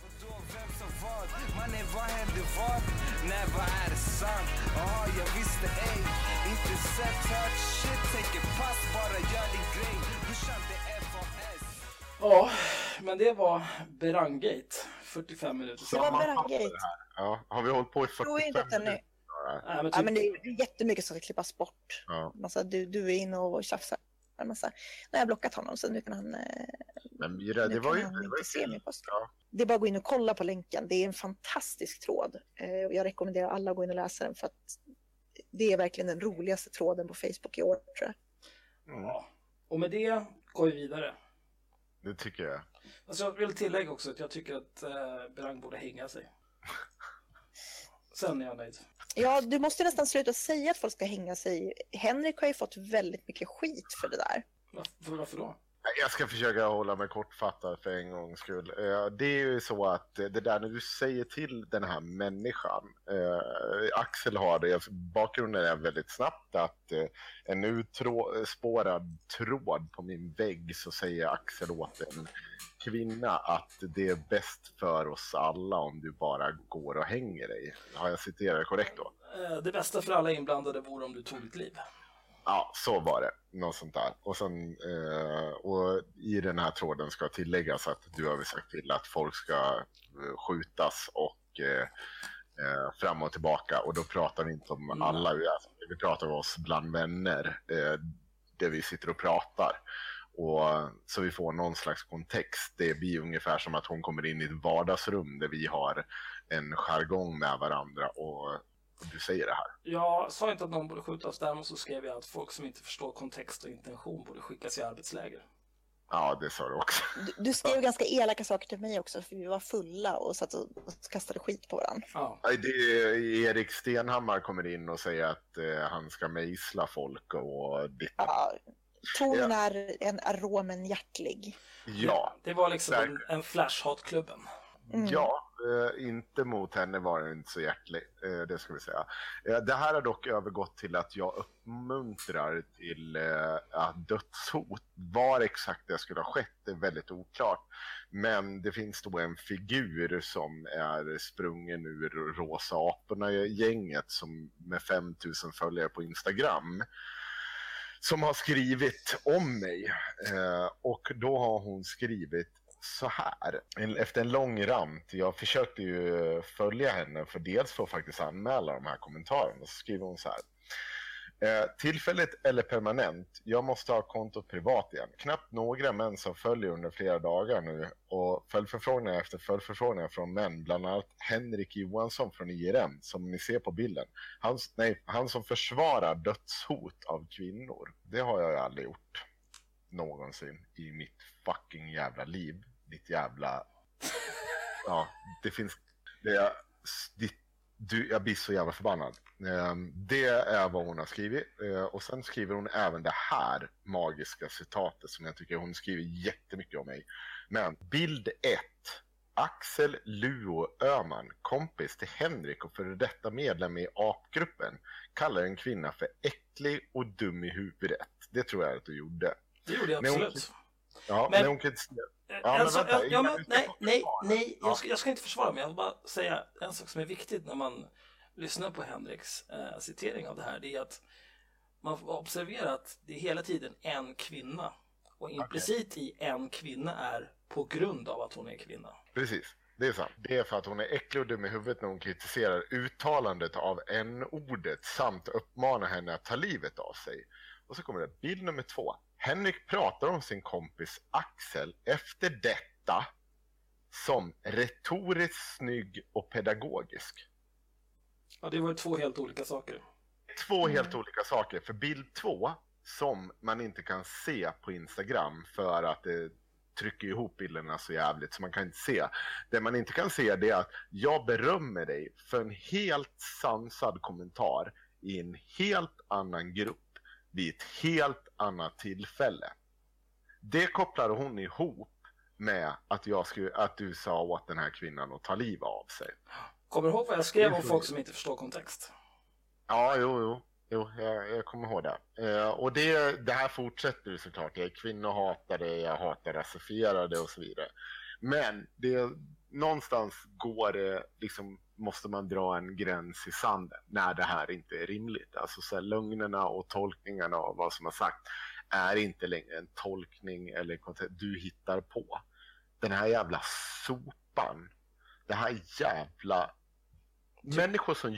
Mannen, vad händer vad? När vad är sant? Jag visste ej. Inte sett hört shit. Tänker pass, bara gör din grej. Brorsan, det är FAS. Ja, men det var Beranggate. 45 minuter sedan. Det var Beranggate. Ja, har vi hållit på i 45 minuter? Ja, men det är jättemycket som ska klippas bort. Ja. Massa, du är inne och tjafsar. Massa. Nu har jag blockat honom, så nu kan han, det var ju inte se min post. Ja. Det är bara att gå in och kolla på länken. Det är en fantastisk tråd. Jag rekommenderar alla att gå in och läsa den, för att det är verkligen den roligaste tråden på Facebook i år, tror jag. Ja. Och med det går vi vidare. Det tycker jag. Alltså, jag vill tillägga också att jag tycker att Berang borde hänga sig. Sen är jag nöjd. Ja, du måste nästan sluta säga att folk ska hänga sig. Henrik har ju fått väldigt mycket skit för det där. Varför då? Jag ska försöka hålla mig kortfattad för en gångs skull. Det är ju så att det där när du säger till den här människan, Axel har det, bakgrunden är väldigt snabbt att en utspårad tråd på min vägg, så säger Axel åt en kvinna att det är bäst för oss alla om du bara går och hänger dig. Har jag citerat korrekt då? Det bästa för alla inblandade vore om du tog ditt liv. Ja, så var det. Något sånt där. Och sen, och i den här tråden ska tilläggas att du har sagt till att folk ska skjutas och fram och tillbaka. Och då pratar vi inte om alla, vi pratar om oss bland vänner. där vi sitter och pratar. Och så vi får någon slags kontext. Det blir ungefär som att hon kommer in i ett vardagsrum där vi har en jargong med varandra och du säger det här. Jag sa inte att någon borde skjutas, däremot så skrev jag att folk som inte förstår kontext och intention borde skickas i arbetsläger. Ja, det sa du också. Du skrev ganska elaka saker till mig också, för vi var fulla och satt och kastade skit på varandra. Ja. Erik Stenhammar kommer in och säger att han ska mejsla folk och ditt. Ja, tonen är aromen hjärtlig. Ja. Det var liksom en flash-hat-klubben. Ja, inte mot henne var det inte så hjärtlig, det ska vi säga. Det här har dock övergått till att jag uppmuntrar till dödshot. Var exakt det skulle ha skett är väldigt oklart. Men det finns då en figur som är sprungen ur Rosa aporna-gänget som med 5000 följare på Instagram. Som har skrivit om mig. Och då har hon skrivit så här, efter en lång rant. Jag försökte ju följa henne för dels för att faktiskt anmäla de här kommentarerna. Så skriver hon så här: tillfälligt eller permanent, jag måste ha kontot privat igen. Knappt några män som följer under flera dagar nu och följdförfrågningar efter följdförfrågningar från män, bland annat Henrik Johansson från IRM som ni ser på bilden. Han som försvarar dödshot av kvinnor. Det har jag aldrig gjort någonsin i mitt fucking jävla liv. Ditt jävla... Ja, det finns... Jag blir så jävla förbannad. Det är vad hon har skrivit. Och sen skriver hon även det här magiska citatet som jag tycker hon skriver jättemycket om mig. Men bild 1. Axel Luo Öman, kompis till Henrik och före detta medlem i apgruppen, kallar en kvinna för äcklig och dum i huvudet. Det tror jag att du gjorde. Det gjorde jag absolut. Men hon kan nej, jag ska inte försvara mig. Jag vill bara säga en sak som är viktigt när man lyssnar på Henriks citering av det här. Det är att man får observera att det är hela tiden en kvinna. Och implicit i en kvinna är på grund av att hon är kvinna. Precis, det är sant. Det är för att hon är äcklig och dum i huvudet när hon kritiserar uttalandet av n-ordet samt uppmanar henne att ta livet av sig. Och så kommer det bild nummer 2. Henrik pratar om sin kompis Axel efter detta som retoriskt snygg och pedagogisk. Ja, det var 2 helt olika saker. 2 helt olika saker. För bild 2 som man inte kan se på Instagram för att det trycker ihop bilderna så jävligt så man kan inte se. Det man inte kan se det är att jag berömmer dig för en helt sansad kommentar i en helt annan grupp vid ett helt annat tillfälle. Det kopplade hon ihop med att du sa åt den här kvinnan att ta liv av sig. Kommer du ihåg vad jag skrev om folk som inte förstår kontext? Ja, jo, jag kommer ihåg det. Och det här fortsätter ju såklart. Jag är kvinnohatare, jag hatar rasifierade och så vidare. Men någonstans går det liksom, måste man dra en gräns i sanden när det här inte är rimligt. Alltså så här, lögnerna och tolkningarna av vad som har sagt är inte längre en tolkning eller kontext du hittar på. Den här jävla sopan, det här jävla människor som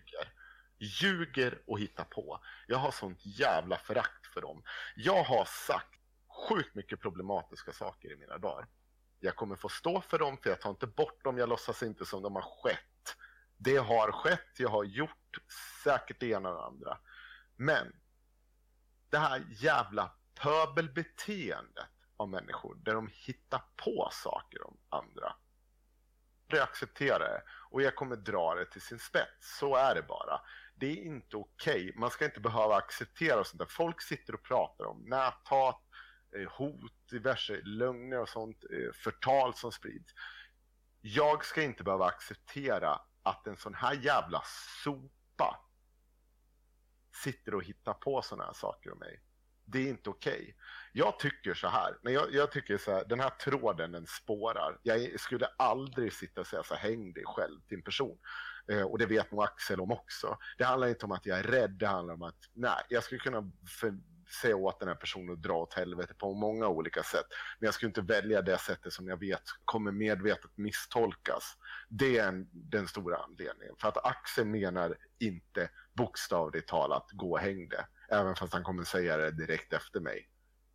ljuger och hittar på. Jag har sånt jävla förakt för dem. Jag har sagt sjukt mycket problematiska saker i mina dagar. Jag kommer få stå för dem för jag tar inte bort dem. Jag låtsas inte som de har skett. Det har skett, jag har gjort säkert det ena och det andra. Men det här jävla pöbelbeteendet av människor där de hittar på saker om andra. Jag accepterar det och jag kommer dra det till sin spets. Så är det bara. Det är inte okej. Man ska inte behöva acceptera sånt där. Folk sitter och pratar om näthat, hot, diverse lögner och sånt, förtal som sprids. Jag ska inte behöva acceptera att en sån här jävla sopa sitter och hittar på såna här saker om mig. Det är inte okej. Jag tycker så här. Jag tycker så här, den här tråden den spårar. Jag skulle aldrig sitta och säga så här, häng dig själv till en person. Och det vet nog Axel om också. Det handlar inte om att jag är rädd. Det handlar om att jag skulle kunna säga åt den här personen att dra åt helvete på många olika sätt. Men jag skulle inte välja det sättet som jag vet kommer medvetet misstolkas. Det är den stora anledningen. För att Axel menar inte bokstavligt talat gå och häng det. Även fast han kommer säga det direkt efter mig.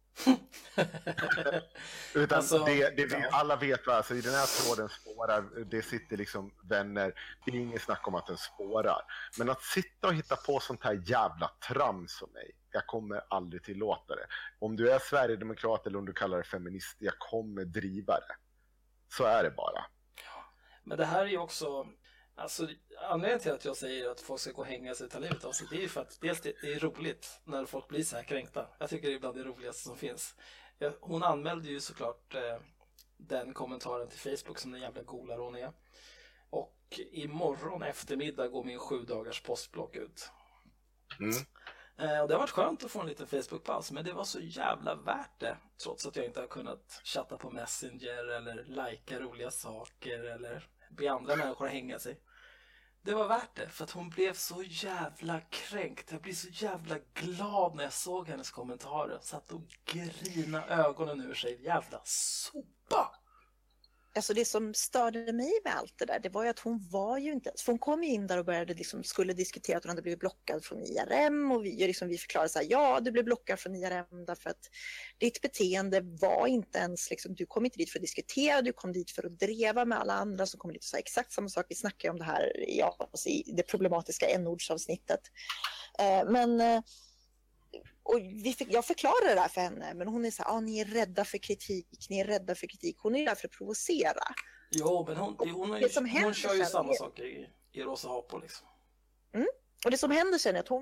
Utan Alltså, alla vet vad, alltså, i den här tråden spårar, det sitter liksom vänner, det är inget snack om att den spårar. Men att sitta och hitta på sånt här jävla trams som mig, jag kommer aldrig tillåta det. Om du är sverigedemokrat eller om du kallar det feminist, jag kommer driva det. Så är det bara. Men det här är ju också, alltså anledningen till att jag säger att folk ska gå och hänga sig och ta livet av sig, det är ju för att dels det är roligt när folk blir så här kränkta. Jag tycker det är bland det roligaste som finns. Hon anmälde ju såklart den kommentaren till Facebook som den jävla golare hon är. Och imorgon eftermiddag går min 7 dagars postblock ut. Och det har varit skönt att få en liten Facebook-paus, men det var så jävla värt det. Trots att jag inte har kunnat chatta på Messenger eller lajka roliga saker eller be andra människor hänga sig. Det var värt det, för att hon blev så jävla kränkt. Jag blev så jävla glad när jag såg hennes kommentarer. Satt och grina ögonen ur sig. Jävla sopa! Alltså det som störde mig med allt det där, det var ju att hon var ju inte... För hon kom ju in där och började skulle diskutera att hon hade blivit blockad från IRM. Och vi förklarade så här, ja du blev blockad från IRM därför att ditt beteende var inte ens... Liksom, du kom inte dit för att diskutera, du kom dit för att dreva med alla andra som kom dit och sa exakt samma sak. Vi snackar ju om det här i det problematiska n-ordsavsnittet. Och jag förklarade det där för henne, men hon är så här, ni är rädda för kritik, hon är där för att provocera. Jo, men hon kör ju samma sak i Rosa Apor liksom. Och det som händer sen är att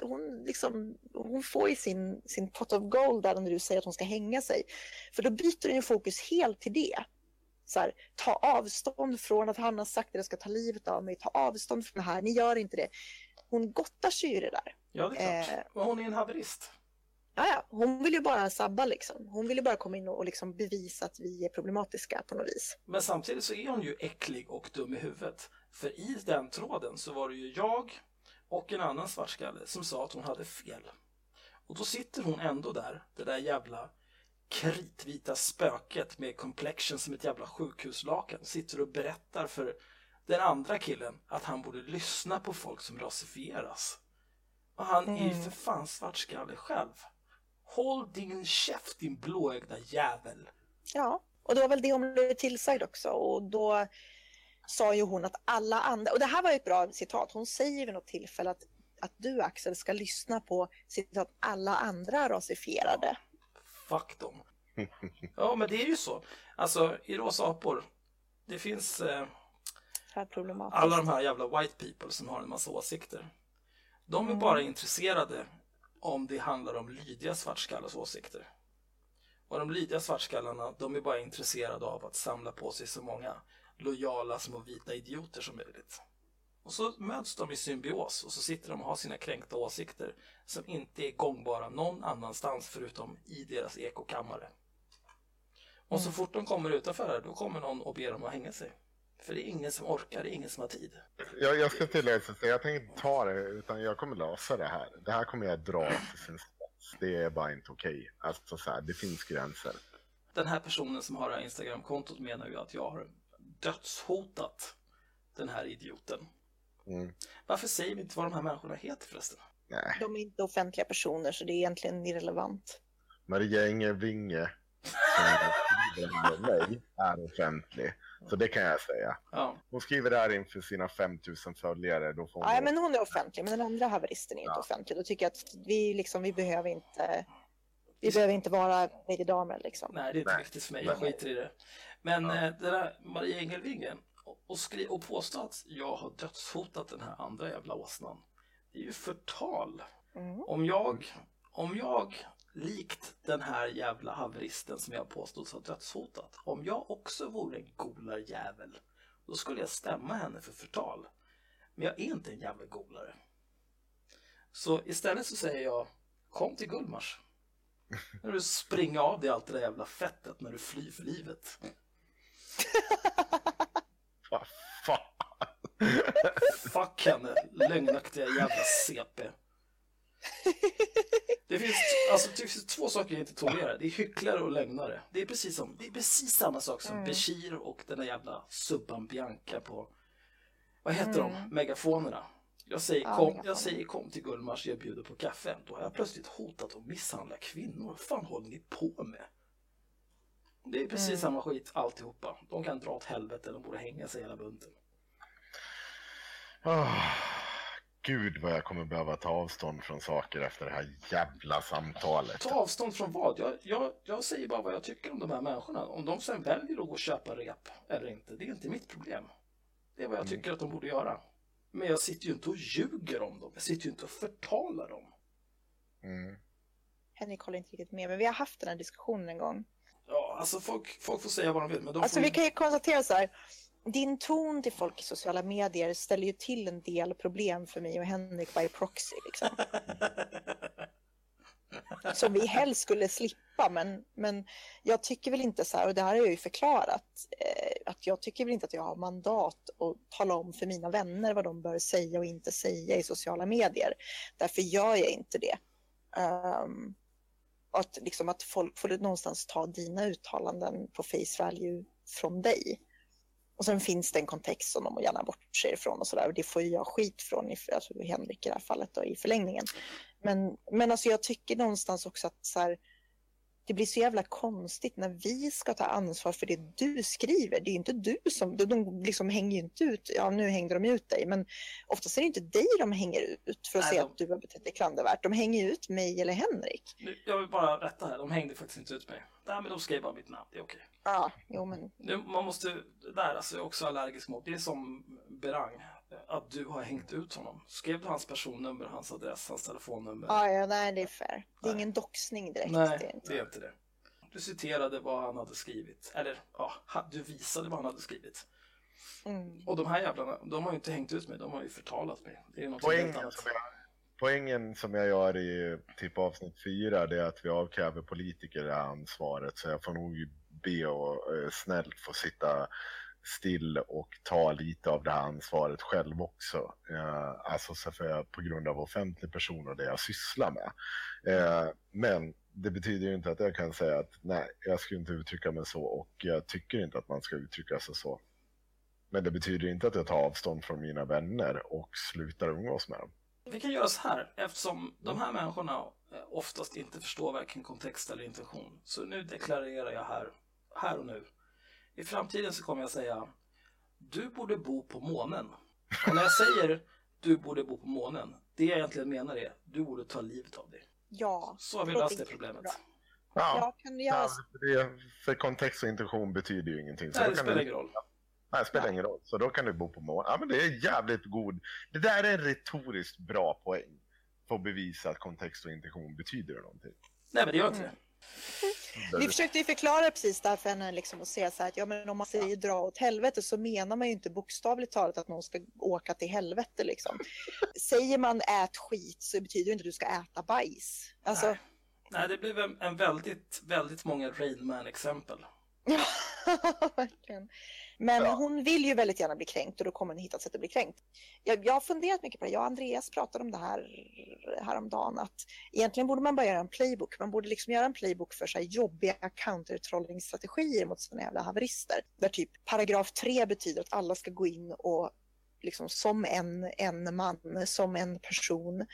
hon får ju sin pot of gold där när du säger att hon ska hänga sig. För då byter den ju fokus helt till det. Så här, ta avstånd från att han har sagt att jag ska ta livet av mig, ta avstånd från det här, ni gör inte det. Hon gottar sig i det där. Ja, det är klart. Men hon är en haverist. Ja, hon vill ju bara sabba liksom. Hon vill ju bara komma in och liksom bevisa att vi är problematiska på något vis. Men samtidigt så är hon ju äcklig och dum i huvudet. För i den tråden så var det ju jag och en annan svartskalle som sa att hon hade fel. Och då sitter hon ändå där, det där jävla kritvita spöket med complexion som ett jävla sjukhuslakan, sitter och berättar för den andra killen att han borde lyssna på folk som rasifieras. Och han är ju för fan svartskalle själv. Håll din käft, din blåögda jävel. Ja, och det var väl det hon blev tillsagd också. Och då sa ju hon att alla andra... Och det här var ju ett bra citat. Hon säger vid något tillfälle att du, Axel, ska lyssna på citat alla andra rasifierade. Fuck dem. Ja, men det är ju så. Alltså, i Rosa Apor, det finns alla de här jävla white people som har en massa åsikter. De är bara intresserade om det handlar om lydiga svartskallars åsikter. Och de lydiga svartskallarna, de är bara intresserade av att samla på sig så många lojala små vita idioter som möjligt. Och så möts de i symbios och så sitter de och har sina kränkta åsikter som inte är gångbara någon annanstans förutom i deras ekokammare. Och så fort de kommer utanför här, då kommer någon och ber dem att hänga sig. För det är ingen som orkar, det är ingen som har tid. Jag ska tillägga att jag tänker inte ta det, utan jag kommer lösa det här. Det här kommer jag dra till sin spets. Det är bara inte okej. Alltså så här, det finns gränser. Den här personen som har det här Instagram-kontot menar ju att jag har dödshotat den här idioten. Varför säger vi inte vad de här människorna heter förresten? Nej. De är inte offentliga personer, så det är egentligen irrelevant. Maria Inge Winge som mig är offentlig. Så det kan jag säga. Ja. Hon skriver det här inför sina 5000 följare. Då får hon... Ja, men hon är offentlig, men den andra haveristen är inte offentlig. Då tycker jag att vi behöver inte vara mediedamer liksom. Nej, det är inte viktigt för mig. Jag skiter i det. Men det där Maria Engelvingen och påstå att jag har dödshotat den här andra jävla åsnan. Det är ju förtal. Om jag likt den här jävla haveristen som jag påstås ha dödshotat, om jag också vore en golarjävel, då skulle jag stämma henne för förtal. Men jag är inte en jävla golare. Så istället så säger jag, kom till Gullmars. När du springer av dig allt det där jävla fettet när du flyr för livet. Vad fan? Fuck henne, lögnaktiga jävla CP. Det finns två saker jag inte tolererar. Det är hycklare och lögnare. Det är precis samma sak som Bashir och den där jävla Subban Bianca på, vad heter de? Megafonerna. Jag säger kom till Gullmars, jag bjuder på kaffe. Då har jag plötsligt hotat att misshandla kvinnor. Vad fan håller ni på med? Det är precis samma skit alltihopa. De kan dra åt helvete, de borde hänga sig hela bunten. Gud vad jag kommer behöva ta avstånd från saker efter det här jävla samtalet. Ta avstånd från vad? Jag säger bara vad jag tycker om de här människorna. Om de sen väljer att gå och köpa rep eller inte, det är inte mitt problem. Det är vad jag tycker att de borde göra. Men jag sitter ju inte och ljuger om dem. Jag sitter ju inte och förtalar dem. Henrik håller inte riktigt med, men vi har haft den här diskussionen en gång. Ja, alltså folk får säga vad de vill. Men alltså vi kan ju konstatera så här. Din ton till folk i sociala medier ställer ju till en del problem för mig och Henrik by proxy liksom. Som vi helst skulle slippa, men jag tycker väl inte så här, och det här har jag ju förklarat, att jag tycker väl inte att jag har mandat att tala om för mina vänner vad de bör säga och inte säga i sociala medier. Därför gör jag inte det. Att folk får någonstans ta dina uttalanden på face value från dig. Och sen finns det en kontext som de gärna bortser ifrån och sådär. Och det får jag skit från, alltså Henrik i det här fallet då, i förlängningen. Men alltså jag tycker någonstans också att så här, det blir så jävla konstigt när vi ska ta ansvar för det du skriver. Det är ju inte du som, de liksom hänger ju inte ut, ja nu hängde de ut dig, men oftast är det inte dig de hänger ut för att se att du har betett dig klandervärt. De hänger ut mig eller Henrik. Jag vill bara rätta här, de hängde faktiskt inte ut mig. Nej, men de skrev bara mitt namn, det är okej. Ja, jo men... Man måste, där alltså, jag är också allergisk mot, det är som Berang, att du har hängt ut honom. Skrev du hans personnummer, hans adress, hans telefonnummer? Ja, nej det är fair. Det är ingen doxning direkt. Nej, det är inte det. Du citerade vad han hade skrivit. Eller, ja, du visade vad han hade skrivit. Och de här jävlarna, de har ju inte hängt ut mig, de har ju förtalat mig. Det är något helt annat. Poängen som jag gör i typ avsnitt 4, det är att vi avkräver politiker det här ansvaret. Så jag får nog be och snällt få sitta still och ta lite av det här ansvaret själv också. Alltså så för jag, på grund av offentlig person och det jag sysslar med. Men det betyder ju inte att jag kan säga att nej, jag ska inte uttrycka mig så och jag tycker inte att man ska uttrycka sig så. Men det betyder inte att jag tar avstånd från mina vänner och slutar umgås med dem. Vi kan göra så här, eftersom de här människorna oftast inte förstår varken kontext eller intention. Så nu deklarerar jag här och nu. I framtiden så kommer jag säga, du borde bo på månen. Och när jag säger du borde bo på månen, det jag egentligen menar är, du borde ta livet av dig. Ja. Så har vi löst det problemet. Ja, kan du göra... för kontext och intention betyder ju ingenting. Så nej, det spelar ingen roll. Nej, det spelar ingen roll. Så då kan du bo på månen. Ja, men det är jävligt god. Det där är en retoriskt bra poäng. För att bevisa att kontext och intention betyder någonting. Nej, men det gör inte det. Vi försökte ju förklara precis därför henne liksom och säga så här att ja, men om man säger dra åt helvete så menar man ju inte bokstavligt talat att någon ska åka till helvete liksom. Säger man ät skit så betyder det inte att du ska äta bajs. Alltså... Nej, det blev en väldigt många Rain Man-exempel. Ja, verkligen. Men hon vill ju väldigt gärna bli kränkt och då kommer hon hitta ett sätt att bli kränkt. Jag har funderat mycket på det. Jag och Andreas pratade om det här häromdagen att egentligen borde man bara göra en playbook. Man borde liksom göra en playbook för så här jobbiga countertrollningsstrategier mot sådana jävla haverister. Där typ paragraf 3 betyder att alla ska gå in och liksom som en man, som en person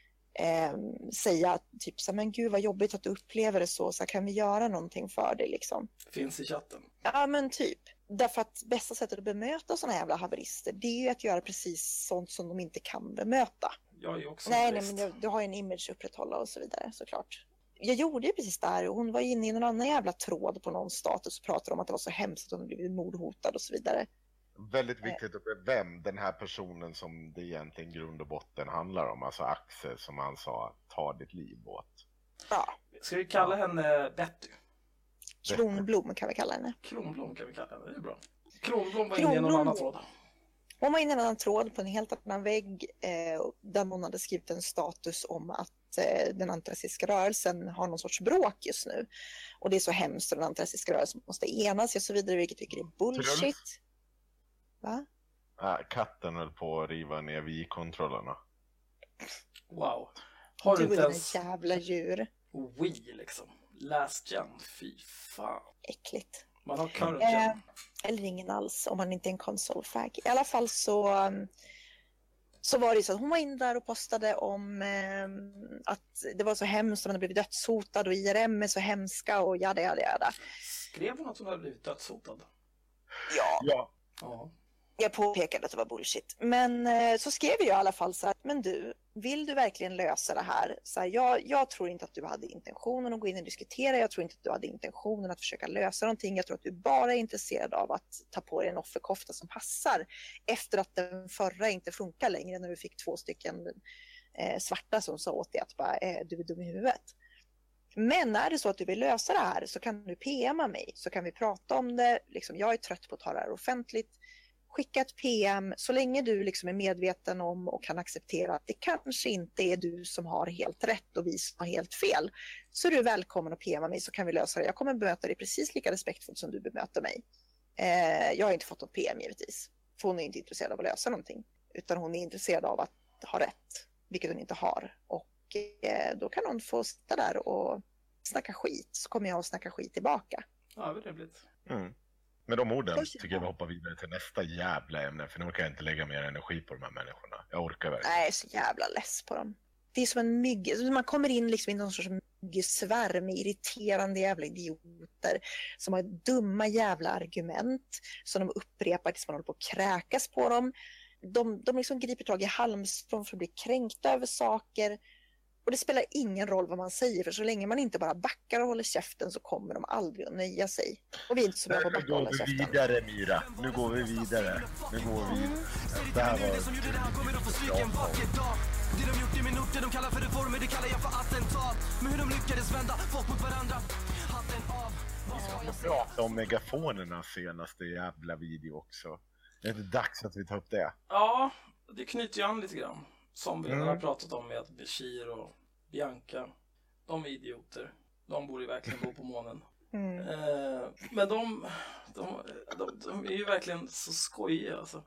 säga typ så här, men gud vad jobbigt att du upplever det så kan vi göra någonting för det liksom. Finns i chatten. Ja men typ. Därför att bästa sättet att bemöta sådana jävla haverister, det är ju att göra precis sånt som de inte kan bemöta. Jag är ju också nej men du har ju en image att upprätthålla och så vidare såklart. Jag gjorde ju precis där och hon var inne i någon annan jävla tråd på någon status och pratade om att det var så hemskt att hon blivit mordhotad och så vidare. Väldigt viktigt att vem den här personen som det egentligen grund och botten handlar om, alltså Axel som han sa, ta ditt liv åt. Ja. Ska vi kalla henne Betty? Kronblom kan vi kalla henne. Kronblom kan vi kalla henne, det är bra. Kronblom var inne i någon annan tråd. Hon var inne i en annan tråd på en helt annan vägg där hon hade skrivit en status om att den antirasistiska rörelsen har någon sorts bråk just nu. Och det är så hemskt och den antirasistiska rörelsen måste enas och så vidare, vilket tycker är bullshit. Va? Katten höll på att riva ner vi-kontrollerna. Wow. Har du inte ens jävla djur? Wii liksom. Last gen, fy fan. Äckligt. Man har current gen. Eller ingen alls om man inte är en konsolfag. I alla fall så så var det så att hon var in där och postade om att det var så hemskt, hon hade blivit dödshotad och IRM är så hemska och jada. Skrev hon att hon hade blivit dödshotad? Ja. Ja. Jag påpekade att det var bullshit. Men så skrev jag i alla fall så här, men du, vill du verkligen lösa det här? Så här, jag tror inte att du hade intentionen att gå in och diskutera. Jag tror inte att du hade intentionen att försöka lösa någonting. Jag tror att du bara är intresserad av att ta på dig en offerkofta som passar efter att den förra inte funkar längre när du fick 2 stycken svarta som sa åt dig att bara, du är dum i huvudet. Men är det så att du vill lösa det här så kan du PMa mig, så kan vi prata om det. Liksom, jag är trött på att ta det här offentligt. Skicka ett PM så länge du liksom är medveten om och kan acceptera att det kanske inte är du som har helt rätt och vi som har helt fel. Så är du välkommen att PMa mig så kan vi lösa det. Jag kommer bemöta dig precis lika respektfullt som du bemöter mig. Jag har inte fått något PM givetvis. För hon är inte intresserad av att lösa någonting. Utan hon är intresserad av att ha rätt, vilket hon inte har. Och då kan hon få sitta där och snacka skit, så kommer jag att snacka skit tillbaka. Ja, det är rimligt. Med de orden tycker jag vi hoppar vidare till nästa jävla ämne, för nu kan jag inte lägga mer energi på de här människorna. Jag orkar verkligen. Nej, jag är så jävla less på dem. Det är som en mygg. Man kommer in liksom i någon sorts myggsvärm med irriterande jävla idioter som har dumma jävla argument som de upprepar tills man håller på att kräkas på dem. De liksom griper tag i halmstrån för att bli kränkta över saker. Och det spelar ingen roll vad man säger, för så länge man inte bara backar och håller käften så kommer de aldrig att nöja sig. Och vi är inte så bra på att backa och hålla käften. Nu går vi vidare, Myra. Nu går vi vidare. Det här var... Det de gjort i min ort, det de kallar för reformer, det kallar jag för attentat. Men hur de lyckades vända folk mot varandra. Hatten av. Jag pratade om megafonerna senaste jävla video också. Det är inte dags att vi tar upp det. Ja, det knyter ju an lite grann. Som vi redan har pratat om med att Bashir och Bianca, de är idioter. De borde ju verkligen bo på månen. Men de är ju verkligen så skojiga alltså.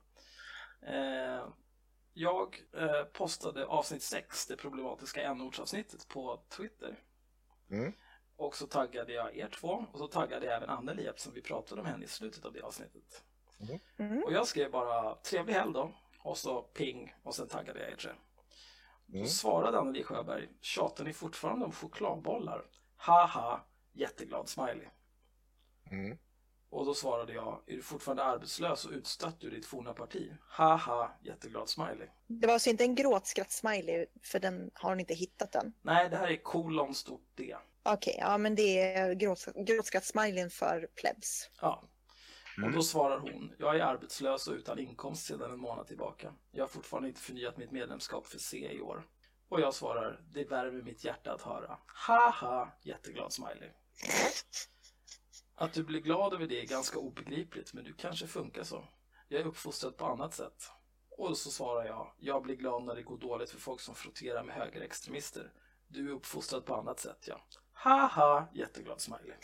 Jag postade avsnitt 6, det problematiska n-ordsavsnittet på Twitter. Och så taggade jag er två. Och så taggade jag även Anneli, eftersom vi pratade om henne i slutet av det avsnittet. Och jag skrev bara trevlig helg då. Och så ping. Och sen taggade jag er tre. Då svarade Anneli Sjöberg: tjatar ni fortfarande om chokladbollar? Haha, jätteglad smiley. Och då svarade jag: är du fortfarande arbetslös och utstött ur ditt forna parti? Haha, jätteglad smiley. Det var alltså inte en gråtskratt-smiley, för den har hon inte hittat den. Nej, det här är kolon stort D. Okej, ja men det är gråtskratt-smileyn för plebs. Ja. Och då svarar hon: jag är arbetslös och utan inkomst sedan en månad tillbaka. Jag har fortfarande inte förnyat mitt medlemskap för C i år. Och jag svarar: det värmer mitt hjärta att höra. Haha, jätteglad smiley. Att du blir glad över det är ganska obegripligt, men du kanske funkar så. Jag är uppfostrad på annat sätt. Och så svarar jag: jag blir glad när det går dåligt för folk som frotterar med högerextremister. Du är uppfostrad på annat sätt, ja. Haha, jätteglad smiley.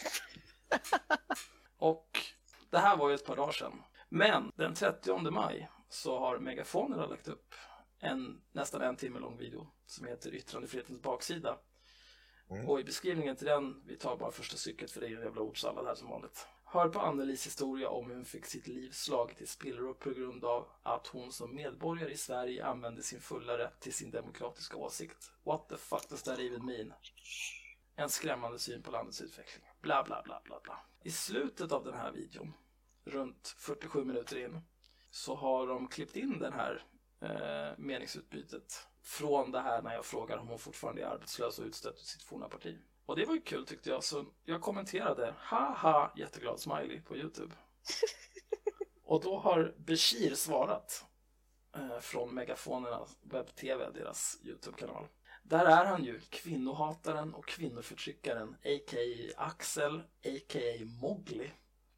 Och det här var ju ett par dagar sedan. Men den 30 maj så har Megafonerna lagt upp en nästan 1 timme lång video som heter Yttrandefrihetens baksida. Och i beskrivningen till den, vi tar bara första stycket för det är en jävla ordsallad här som vanligt. Hör på Annelis historia om hur hon fick sitt liv slaget i spillror på grund av att hon som medborgare i Sverige använde sin fulla rätt till sin demokratiska åsikt. What the fuck does that even mean? En skrämmande syn på landets utveckling. Bla bla bla bla bla. I slutet av den här videon, runt 47 minuter in, så har de klippt in den här meningsutbytet från det här när jag frågar om hon fortfarande är arbetslös och utstött ur sitt forna parti. Och det var ju kul tyckte jag, så jag kommenterade haha, jätteglad smiley på YouTube. Och då har Bashir svarat från Megafonerna webb-tv, deras YouTube-kanal. Där är han ju, kvinnohataren och kvinnoförtryckaren, a.k.a. Axel, a.k.a. Mowgli.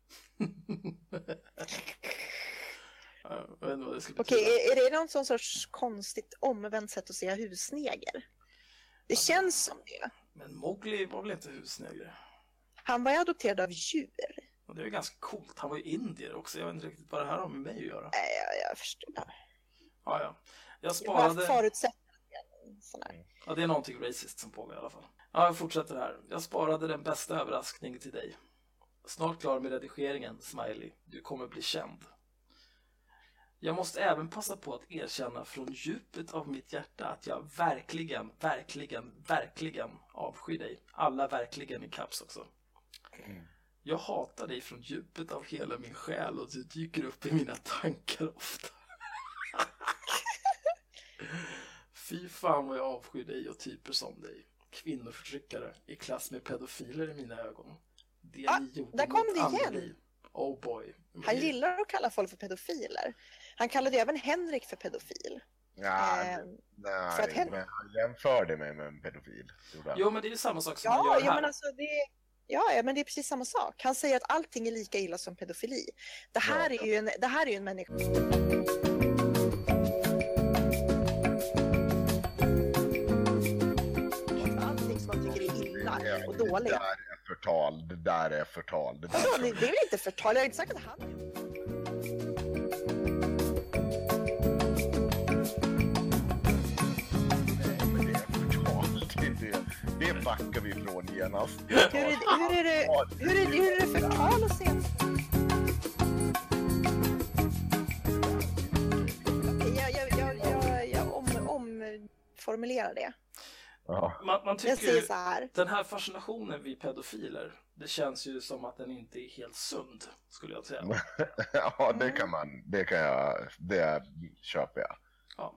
Okej, är det någon sån sorts konstigt omvänt sätt att säga husneger? Det känns som det. Men Mowgli var väl inte husneger? Han var ju adopterad av djur. Och det är ju ganska coolt. Han var ju indier också. Jag vet inte riktigt vad det här har med mig att göra. Nej, jag förstår. Ja. Jag sparade... Ja, det är någonting racist som pågår i alla fall. Ja, jag fortsätter här. Jag sparade den bästa överraskningen till dig. Snart klar med redigeringen, smiley. Du kommer bli känd. Jag måste även passa på att erkänna från djupet av mitt hjärta att jag verkligen, verkligen, verkligen avskyr dig. Alla verkligen i caps också. Jag hatar dig från djupet av hela min själ och du dyker upp i mina tankar ofta. Fy fan vad jag avskyr dig och typer som dig. Kvinnoförtryckare i klass med pedofiler i mina ögon. Det ni gjorde där kom mot det igen. Anneli. Oh boy. Han gillar att kalla folk för pedofiler. Han kallade även Henrik för pedofil. Nej, för att men han jämförde mig med en pedofil. Jo, men det är ju samma sak som han gör här. Men alltså ja, men det är precis samma sak. Han säger att allting är lika illa som pedofili. Det här är ju en människa. Allting som man tycker är illa och dåligt. Det där är förtal. Det är väl inte förtal, jag har inte sagt att han... Det backar vi ifrån genast. Hur är det förtal att se? Jag omformulerar det. Man tycker jag säger så här. Den här fascinationen vid pedofiler, det känns ju som att den inte är helt sund, skulle jag säga. Ja, det köper jag. Ja.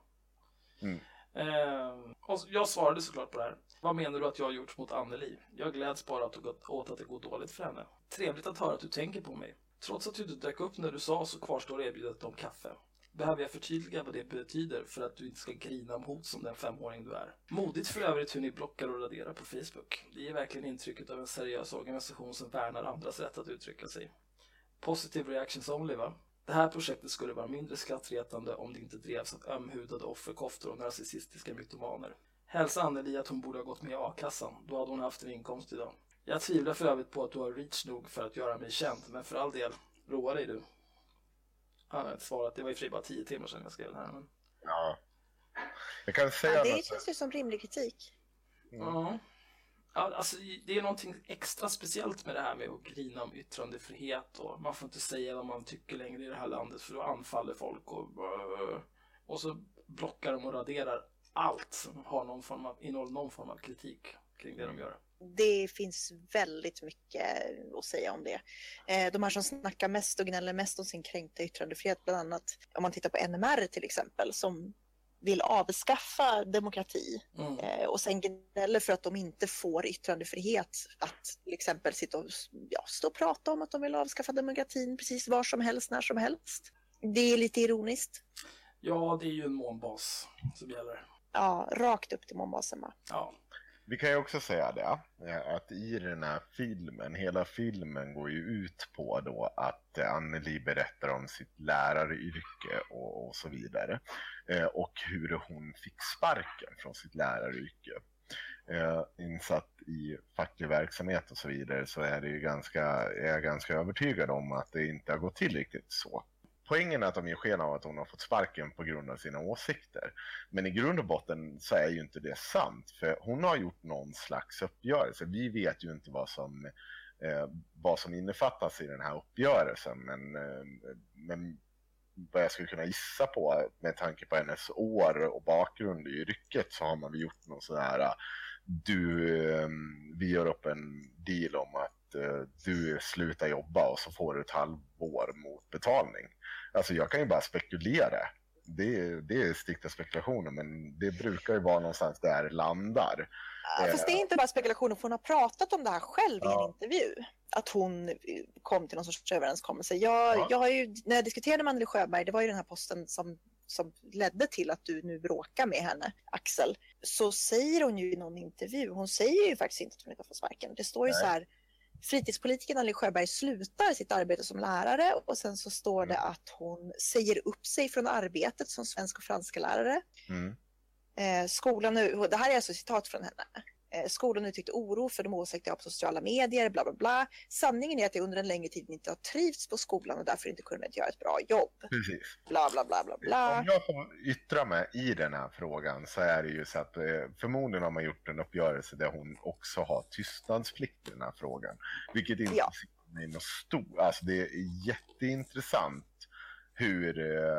Och jag svarade såklart på det här. Vad menar du att jag har gjort mot Anneli? Jag gläds bara åt att det går dåligt för henne. Trevligt att höra att du tänker på mig. Trots att du inte dök upp när du sa så kvarstår erbjudandet om kaffe. Behöver jag förtydliga vad det betyder för att du inte ska grina om hot som den 5-åring du är. Modigt för övrigt hur ni blockar och raderar på Facebook. Det ger verkligen intrycket av en seriös organisation som värnar andras rätt att uttrycka sig. Positive reactions only, va? Det här projektet skulle vara mindre skrattretande om det inte drevs av ömhudade offerkoftor och narcissistiska mytomaner. Hälsa Anneli att hon borde ha gått med i A-kassan, då hade hon haft en inkomst idag. Jag tvivlar för övrigt på att du har reach nog för att göra mig känd, men för all del, roa dig du. Han har inte svarat, det var ju fri bara 10 timmar sedan jag skrev det här. Men... Ja. Jag kan säga det känns ju som rimlig kritik. Ja. Alltså, det är någonting extra speciellt med det här med att grina om yttrandefrihet och man får inte säga vad man tycker längre i det här landet för då anfaller folk och så blockar de och raderar allt som har innehåller någon form av kritik kring det de gör. Det finns väldigt mycket att säga om det. De här som snackar mest och gnäller mest om sin kränkta yttrandefrihet, bland annat om man tittar på NMR till exempel, som vill avskaffa demokrati och sen gnäller för att de inte får yttrandefrihet att till exempel sitta och stå och prata om att de vill avskaffa demokratin precis var som helst, när som helst. Det är lite ironiskt. Ja, det är ju en månbas som gäller. Ja, rakt upp till månbasen, va? Ja. Vi kan ju också säga det, att i den här filmen, hela filmen går ju ut på då att Anneli berättar om sitt läraryrke och så vidare. Och hur hon fick sparken från sitt läraryrke. Insatt i facklig verksamhet och så vidare så är jag ganska övertygad om att det inte har gått till riktigt så. Poängen är att de ger sken av att hon har fått sparken på grund av sina åsikter. Men i grund och botten så är ju inte det sant. För hon har gjort någon slags uppgörelse. Vi vet ju inte vad som innefattas i den här uppgörelsen. Men vad jag skulle kunna gissa på med tanke på hennes år och bakgrund i yrket så har man väl gjort någon sån här... Vi gör upp en deal om att du slutar jobba och så får du ett halvår mot betalning. Alltså jag kan ju bara spekulera. Det är strikta spekulationer, men det brukar ju vara någonstans där det landar. Fast det är inte bara spekulationer, för hon har pratat om det här själv i en intervju. Att hon kom till någon sorts överenskommelse. Jag har ju, när jag diskuterade med Anneli Sjöberg, det var ju den här posten som ledde till att du nu bråkar med henne, Axel. Så säger hon ju i någon intervju, hon säger ju faktiskt inte att hon inte har fått sparken. Det står ju så här: fritidspolitikern Anneli Sjöberg slutar sitt arbete som lärare och sen så står det att hon säger upp sig från arbetet som svensk och franska lärare. Skolan nu, det här är alltså citat från henne. Skolan uttryckte oro för de åsikter jag har på sociala medier, bla bla bla. Sanningen är att jag under en längre tid inte har trivts på skolan och därför inte kunnat göra ett bra jobb. Precis. Bla bla bla bla bla. Om jag får yttra mig i den här frågan så är det ju så att förmodligen har man gjort en uppgörelse där hon också har tystnadsplikt i den här frågan. Vilket inte är något stort, alltså det är jätteintressant hur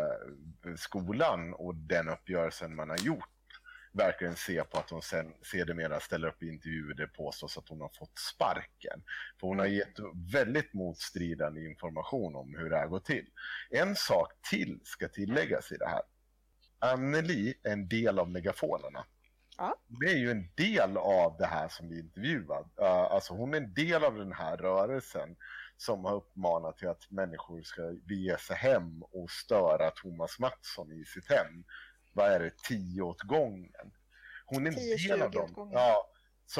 skolan och den uppgörelsen man har gjort verkligen ser på att hon sen sedermera ställer upp i intervjuer där påstås att hon har fått sparken. För hon har gett väldigt motstridande information om hur det här går till. En sak till ska tilläggas i det här. Anneli är en del av megafonerna. Ja. Det är ju en del av det här som vi intervjuar. Alltså hon är en del av den här rörelsen som har uppmanat till att människor ska bege sig hem och störa Thomas Mattsson i sitt hem. Vad är det, 10 åt gången? Hon är en del av dem. Ja,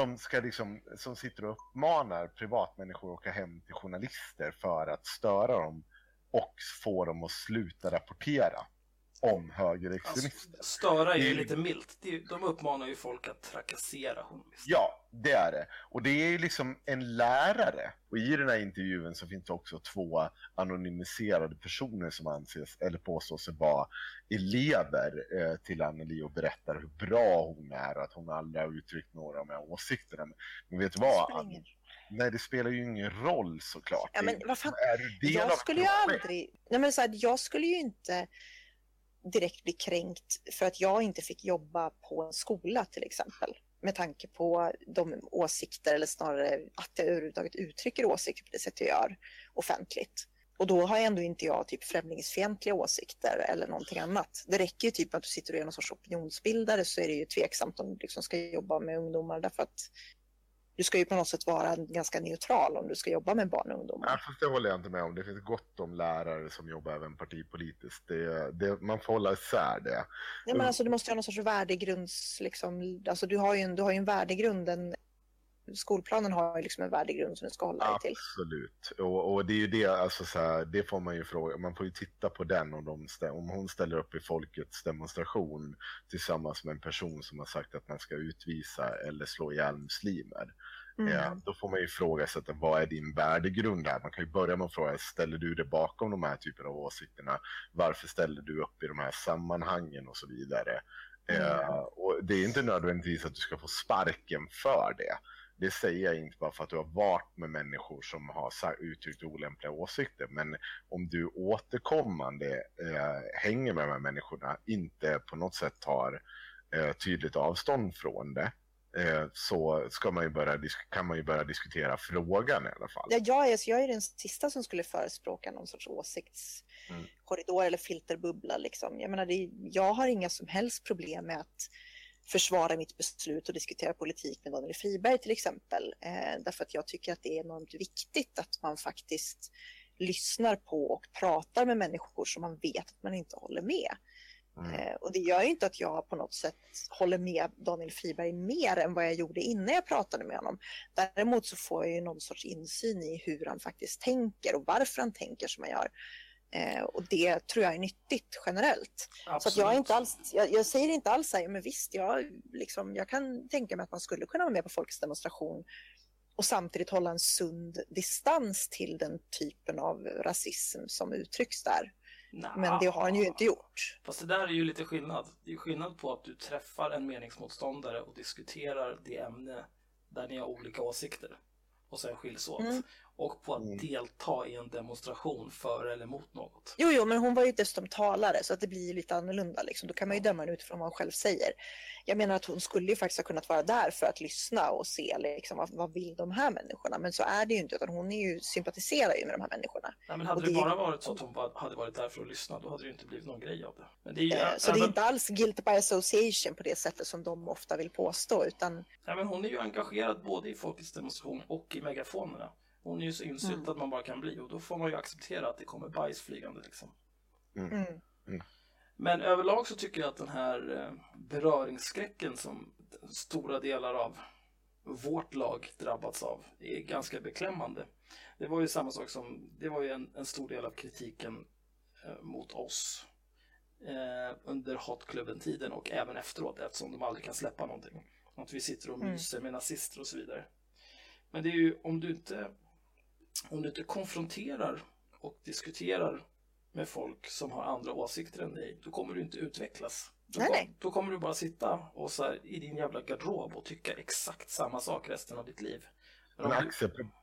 som sitter och uppmanar privatmänniskor att åka hem till journalister för att störa dem och få dem att sluta rapportera om högerextremister. Alltså, störa är ju lite milt. De uppmanar ju folk att trakassera journalister. Ja, det är det. Och det är ju liksom en lärare. Och i den här intervjun så finns det också 2 anonymiserade personer som anses eller påstås vara elever till Anneli och berättar hur bra hon är och att hon aldrig har uttryckt några av de här åsikterna. Men vet du vad? Nej, det spelar ju ingen roll såklart. Ja, men vad fan? Jag skulle ju inte direkt bli kränkt för att jag inte fick jobba på en skola till exempel. Med tanke på de åsikter, eller snarare att jag överhuvudtaget uttrycker åsikter på det sätt jag gör offentligt. Och då har ändå inte jag typ främlingsfientliga åsikter eller någonting annat. Det räcker ju typ att du sitter och gör någon sorts opinionsbildare, så är det ju tveksamt om du liksom ska jobba med ungdomar, därför att du ska ju på något sätt vara ganska neutral om du ska jobba med barn och ungdomar. Ja, fast det håller jag inte med om. Det finns gott om lärare som jobbar även partipolitiskt. Man får hålla isär det. Ja, men alltså, du måste ha någon sorts värdegrunds... Liksom, alltså, du har ju en värdegrund. Skolplanen har ju liksom en värdegrund som du ska hålla dig till. Absolut. Och det är ju det, alltså, så här, det får man ju fråga. Man får ju titta på den om hon ställer upp i folkets demonstration tillsammans med en person som har sagt att man ska utvisa eller slå ihjäl muslimer. Då får man ju fråga sig vad är din värdegrund här? Man kan ju börja med att fråga, ställer du dig bakom de här typen av åsikterna? Varför ställer du upp i de här sammanhangen och så vidare? Och det är inte nödvändigtvis att du ska få sparken för det. Det säger jag inte bara för att du har varit med människor som har uttryckt olämpliga åsikter. Men om du återkommande hänger med de här människorna, inte på något sätt tar tydligt avstånd från det, så kan man ju börja diskutera frågan i alla fall. Ja, jag är den sista som skulle förespråka någon sorts åsiktskorridor eller filterbubbla. Liksom. Jag menar, jag har inga som helst problem med att försvara mitt beslut och diskutera politik med Daniel Friberg till exempel. Därför att jag tycker att det är enormt viktigt att man faktiskt lyssnar på och pratar med människor som man vet att man inte håller med. Och det gör ju inte att jag på något sätt håller med Daniel Friberg mer än vad jag gjorde innan jag pratade med honom. Däremot så får jag ju någon sorts insyn i hur han faktiskt tänker och varför han tänker som han gör. Och det tror jag är nyttigt generellt. Absolut. Så att jag är inte alls, jag säger inte alls här, men visst, jag kan tänka mig att man skulle kunna vara med på folkets demonstration och samtidigt hålla en sund distans till den typen av rasism som uttrycks där. Men det har han ju inte gjort. Fast det där är ju lite skillnad. Det är ju skillnad på att du träffar en meningsmotståndare och diskuterar det ämne där ni har olika åsikter och sen skiljs åt. Och på att delta i en demonstration för eller mot något. Jo, men hon var ju dessutom talare, så att det blir lite annorlunda. Liksom. Då kan man ju döma henne utifrån vad hon själv säger. Jag menar att hon skulle ju faktiskt ha kunnat vara där för att lyssna och se liksom, vad vill de här människorna. Men så är det ju inte, utan hon sympatiserar ju med de här människorna. Nej, men hade det bara varit så att hon hade varit där för att lyssna, då hade det ju inte blivit någon grej av det. Men det är ju, så det är inte alls guilt by association på det sättet som de ofta vill påstå, utan... Nej, men hon är ju engagerad både i folkets demonstration och i megafonerna. Hon är ju så insyltad att man bara kan bli, och då får man ju acceptera att det kommer bajsflygande liksom. Men överlag så tycker jag att den här beröringsskräcken som stora delar av vårt lag drabbats av är ganska beklämmande. Det var ju samma sak som, det var ju en stor del av kritiken mot oss under hatklubben-tiden och även efteråt, eftersom de aldrig kan släppa någonting. Att vi sitter och myser med nazister och så vidare. Men det är ju, om du inte konfronterar och diskuterar med folk som har andra åsikter än dig, då kommer du inte utvecklas. Då kommer du bara sitta och så här, i din jävla garderob och tycka exakt samma sak resten av ditt liv. Men Axel,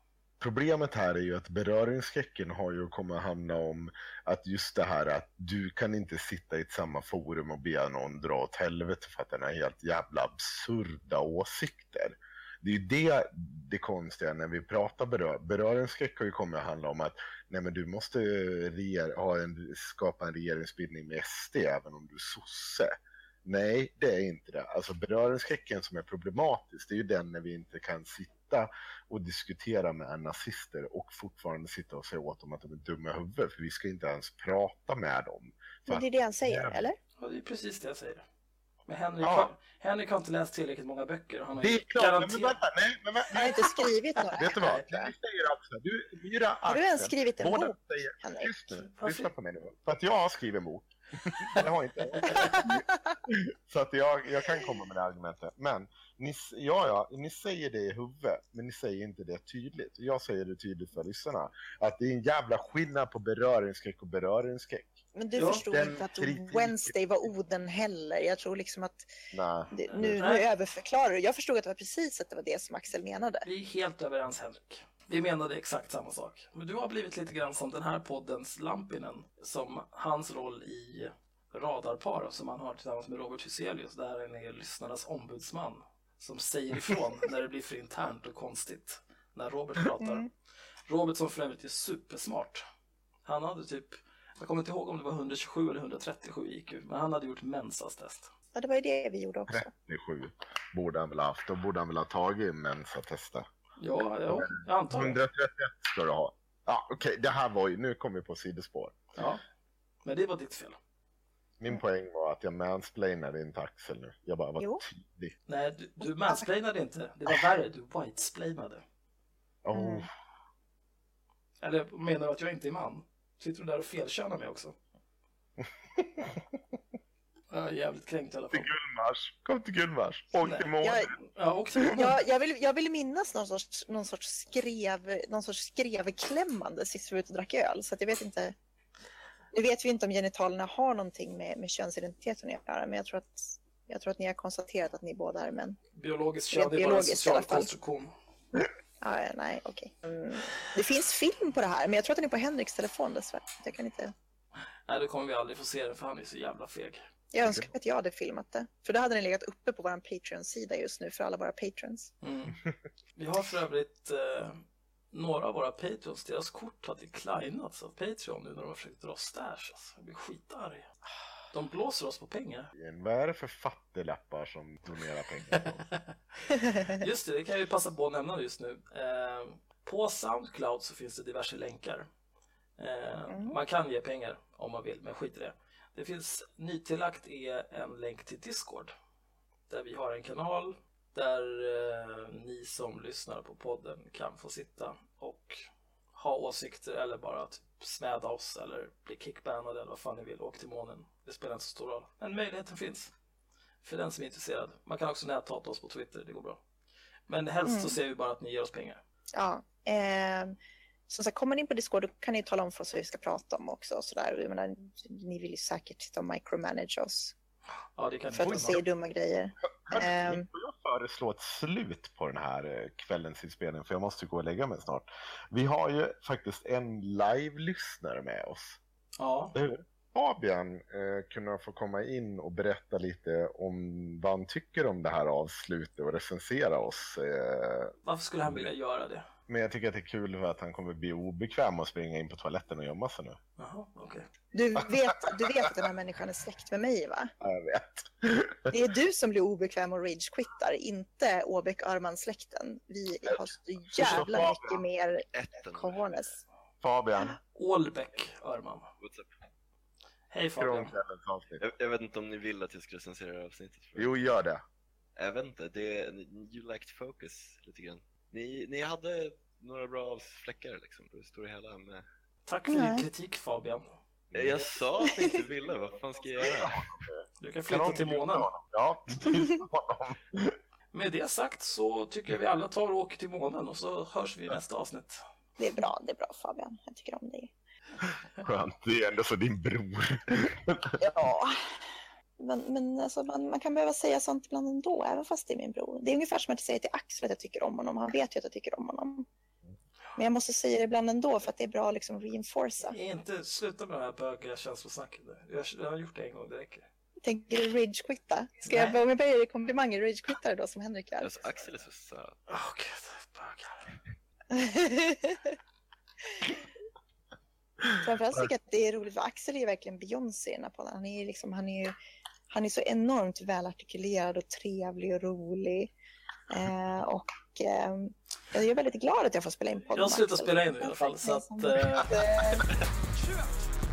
problemet här är ju att beröringsskräcken har ju kommit att hamna om att just det här att du kan inte sitta i ett samma forum och be någon dra åt helvete för att den har helt jävla absurda åsikter. Det är ju det konstiga när vi pratar beröringsskräck har ju kommit att handla om att nej men du måste skapa en regeringsbildning med SD även om du är sosse. Nej, det är inte det. Alltså beröringsskräcken som är problematisk, det är ju den när vi inte kan sitta och diskutera med nazister och fortfarande sitta och säga åt dem att de är dumma i huvudet, för vi ska inte ens prata med dem. Men det är det han säger, eller? Ja, det är precis det jag säger. Men Henrik har inte läst tillräckligt många böcker. Han har det är klart, garanterat... men vänta, nej. Han har inte skrivit några. Vet du vad? Du säger också, har du ens skrivit en bok, Henrik? Just nu, lyssna på mig nu. För att jag har skrivit en bok. Jag har inte. Så att jag kan komma med det argumentet. Men ni säger det i huvudet, men ni säger inte det tydligt. Jag säger det tydligt för lyssnarna. Att det är en jävla skillnad på beröringsskräck och beröringsskräck. Men du förstod inte att Wednesday var Oden heller. Jag tror liksom att nu överförklarar du. Jag förstod att det var precis att det var det som Axel menade. Vi är helt överens, Henrik. Vi menade exakt samma sak. Men du har blivit lite grann som den här poddens Lampinen. Som hans roll i Radarpar som han har tillsammans med Robert Hyselius. Där han är lyssnarnas ombudsman. Som säger ifrån när det blir för internt och konstigt. När Robert pratar. Robert som för övrigt är supersmart. Han hade typ... Jag kommer inte ihåg om det var 127 eller 137 IQ. Men han hade gjort mensastest. Ja, det var ju det vi gjorde också. 37 borde han väl ha haft. Då borde han väl ha tagit mensatesta. Ja, jag antar det. 131 ska du ha. Ja, okej. Det här var ju... Nu kommer vi på sidospår. Ja, men det var ditt fel. Min poäng var att jag mansplainade inte Axel nu. Jag bara var tidig. Nej, du mansplainade inte. Det var värre. Du whitesplainade. Eller menar du att jag inte är man? Sitter du där och felkönar mig också? Jag är jävligt kränkt i alla fall. Kom till Gullmars. Åk till månen. Jag vill minnas någon sorts skrevklämmande sist vi var ute och drack öl. Så att jag vet inte. Nu vet vi inte om genitalerna har någonting med könsidentiteten att göra. Men jag tror att ni har konstaterat att ni båda är män. Biologiskt kön är bara en social konstruktion. Nej, okej. Det finns film på det här, men jag tror att den är på Henriks telefon dessvärre. Jag kan inte... Nej, det kommer vi aldrig få se den för han är så jävla feg. Jag önskar att jag hade filmat det. För då hade den legat uppe på vår Patreon-sida just nu för alla våra patrons. Vi har för övrigt några av våra patrons, deras kort har declinats av Patreon nu när de har försökt dra stash. Alltså. Jag blir skitarg. De blåser oss på pengar. Vad är det för fattiglappar som donerar pengar? Just det kan jag ju passa på att nämna just nu. På Soundcloud så finns det diverse länkar. Man kan ge pengar om man vill, men skit i det. Det finns nytillagt är en länk till Discord. Där vi har en kanal där ni som lyssnar på podden kan få sitta och ha åsikter eller bara typ smäda oss eller bli kickbannade eller vad fan ni vill, åka till månen. Det spelar inte så stor roll. Men möjligheten finns för den som är intresserad. Man kan också näthata oss på Twitter, det går bra. Men helst så ser vi bara att ni ger oss pengar. Ja, som sagt, kommer ni in på Discord då kan ni tala om för oss vad vi ska prata om också. Så där. Jag menar, ni vill ju säkert sitta och micromanage oss. Ja, det kan för att vi säger dumma grejer. Får jag föreslå ett slut på den här kvällens inspelning? För jag måste gå och lägga mig snart. Vi har ju faktiskt en live-lyssnare med oss. Ja. Fabian kunna få komma in och berätta lite om vad han tycker om det här avslutet och recensera oss. Varför skulle han vilja göra det? Men jag tycker att det är kul för att han kommer bli obekväm och springa in på toaletten och gömma sig nu. Jaha, okej. Du vet att den här människan är släkt med mig, va? Ja, jag vet. Det är du som blir obekväm och rage-quittar, inte Åbäck-Arman-släkten. Vi har så jävla mycket mer cojones. Fabian. Ålbäck-Arman. Hej Fabian. Jag vet inte om ni vill att jag ska recensera avsnittet. Jo, gör det. Jag vet inte, you lacked focus lite grann. Ni hade några bra fläckar liksom, det står det hela med. Tack för din kritik Fabian. Jag sa att jag inte ville, vad fan ska jag göra? Du kan flytta till månen. Ja, Med det sagt så tycker jag vi alla tar och åker till månen och så hörs vi i nästa avsnitt. Det är bra Fabian, jag tycker om dig. Skönt, det är ändå så din bror. Ja, men alltså, man kan behöva säga sånt ibland ändå, även fast det är min bror. Det är ungefär som att jag säger till Axel att jag tycker om honom. Han vet ju att jag tycker om honom. Men jag måste säga det ibland ändå för att det är bra att liksom reinforca. Inte sluta med det här bögiga känslosnacket. Jag har gjort det en gång, det räcker. Tänker du rage-quitta? Ska Nej. jag börja i komplimanger rage-quittare då som Henrik gör? Alltså, Axel är så söt. Åh gud, bögar. Framförallt tycker jag att det är roligt för Axel är ju verkligen Beyoncé i den här podden. Han är så enormt välartikulerad och trevlig och rolig. Jag är väldigt glad att jag får spela in podden. Jag slutar spela in nu i alla fall. Så att,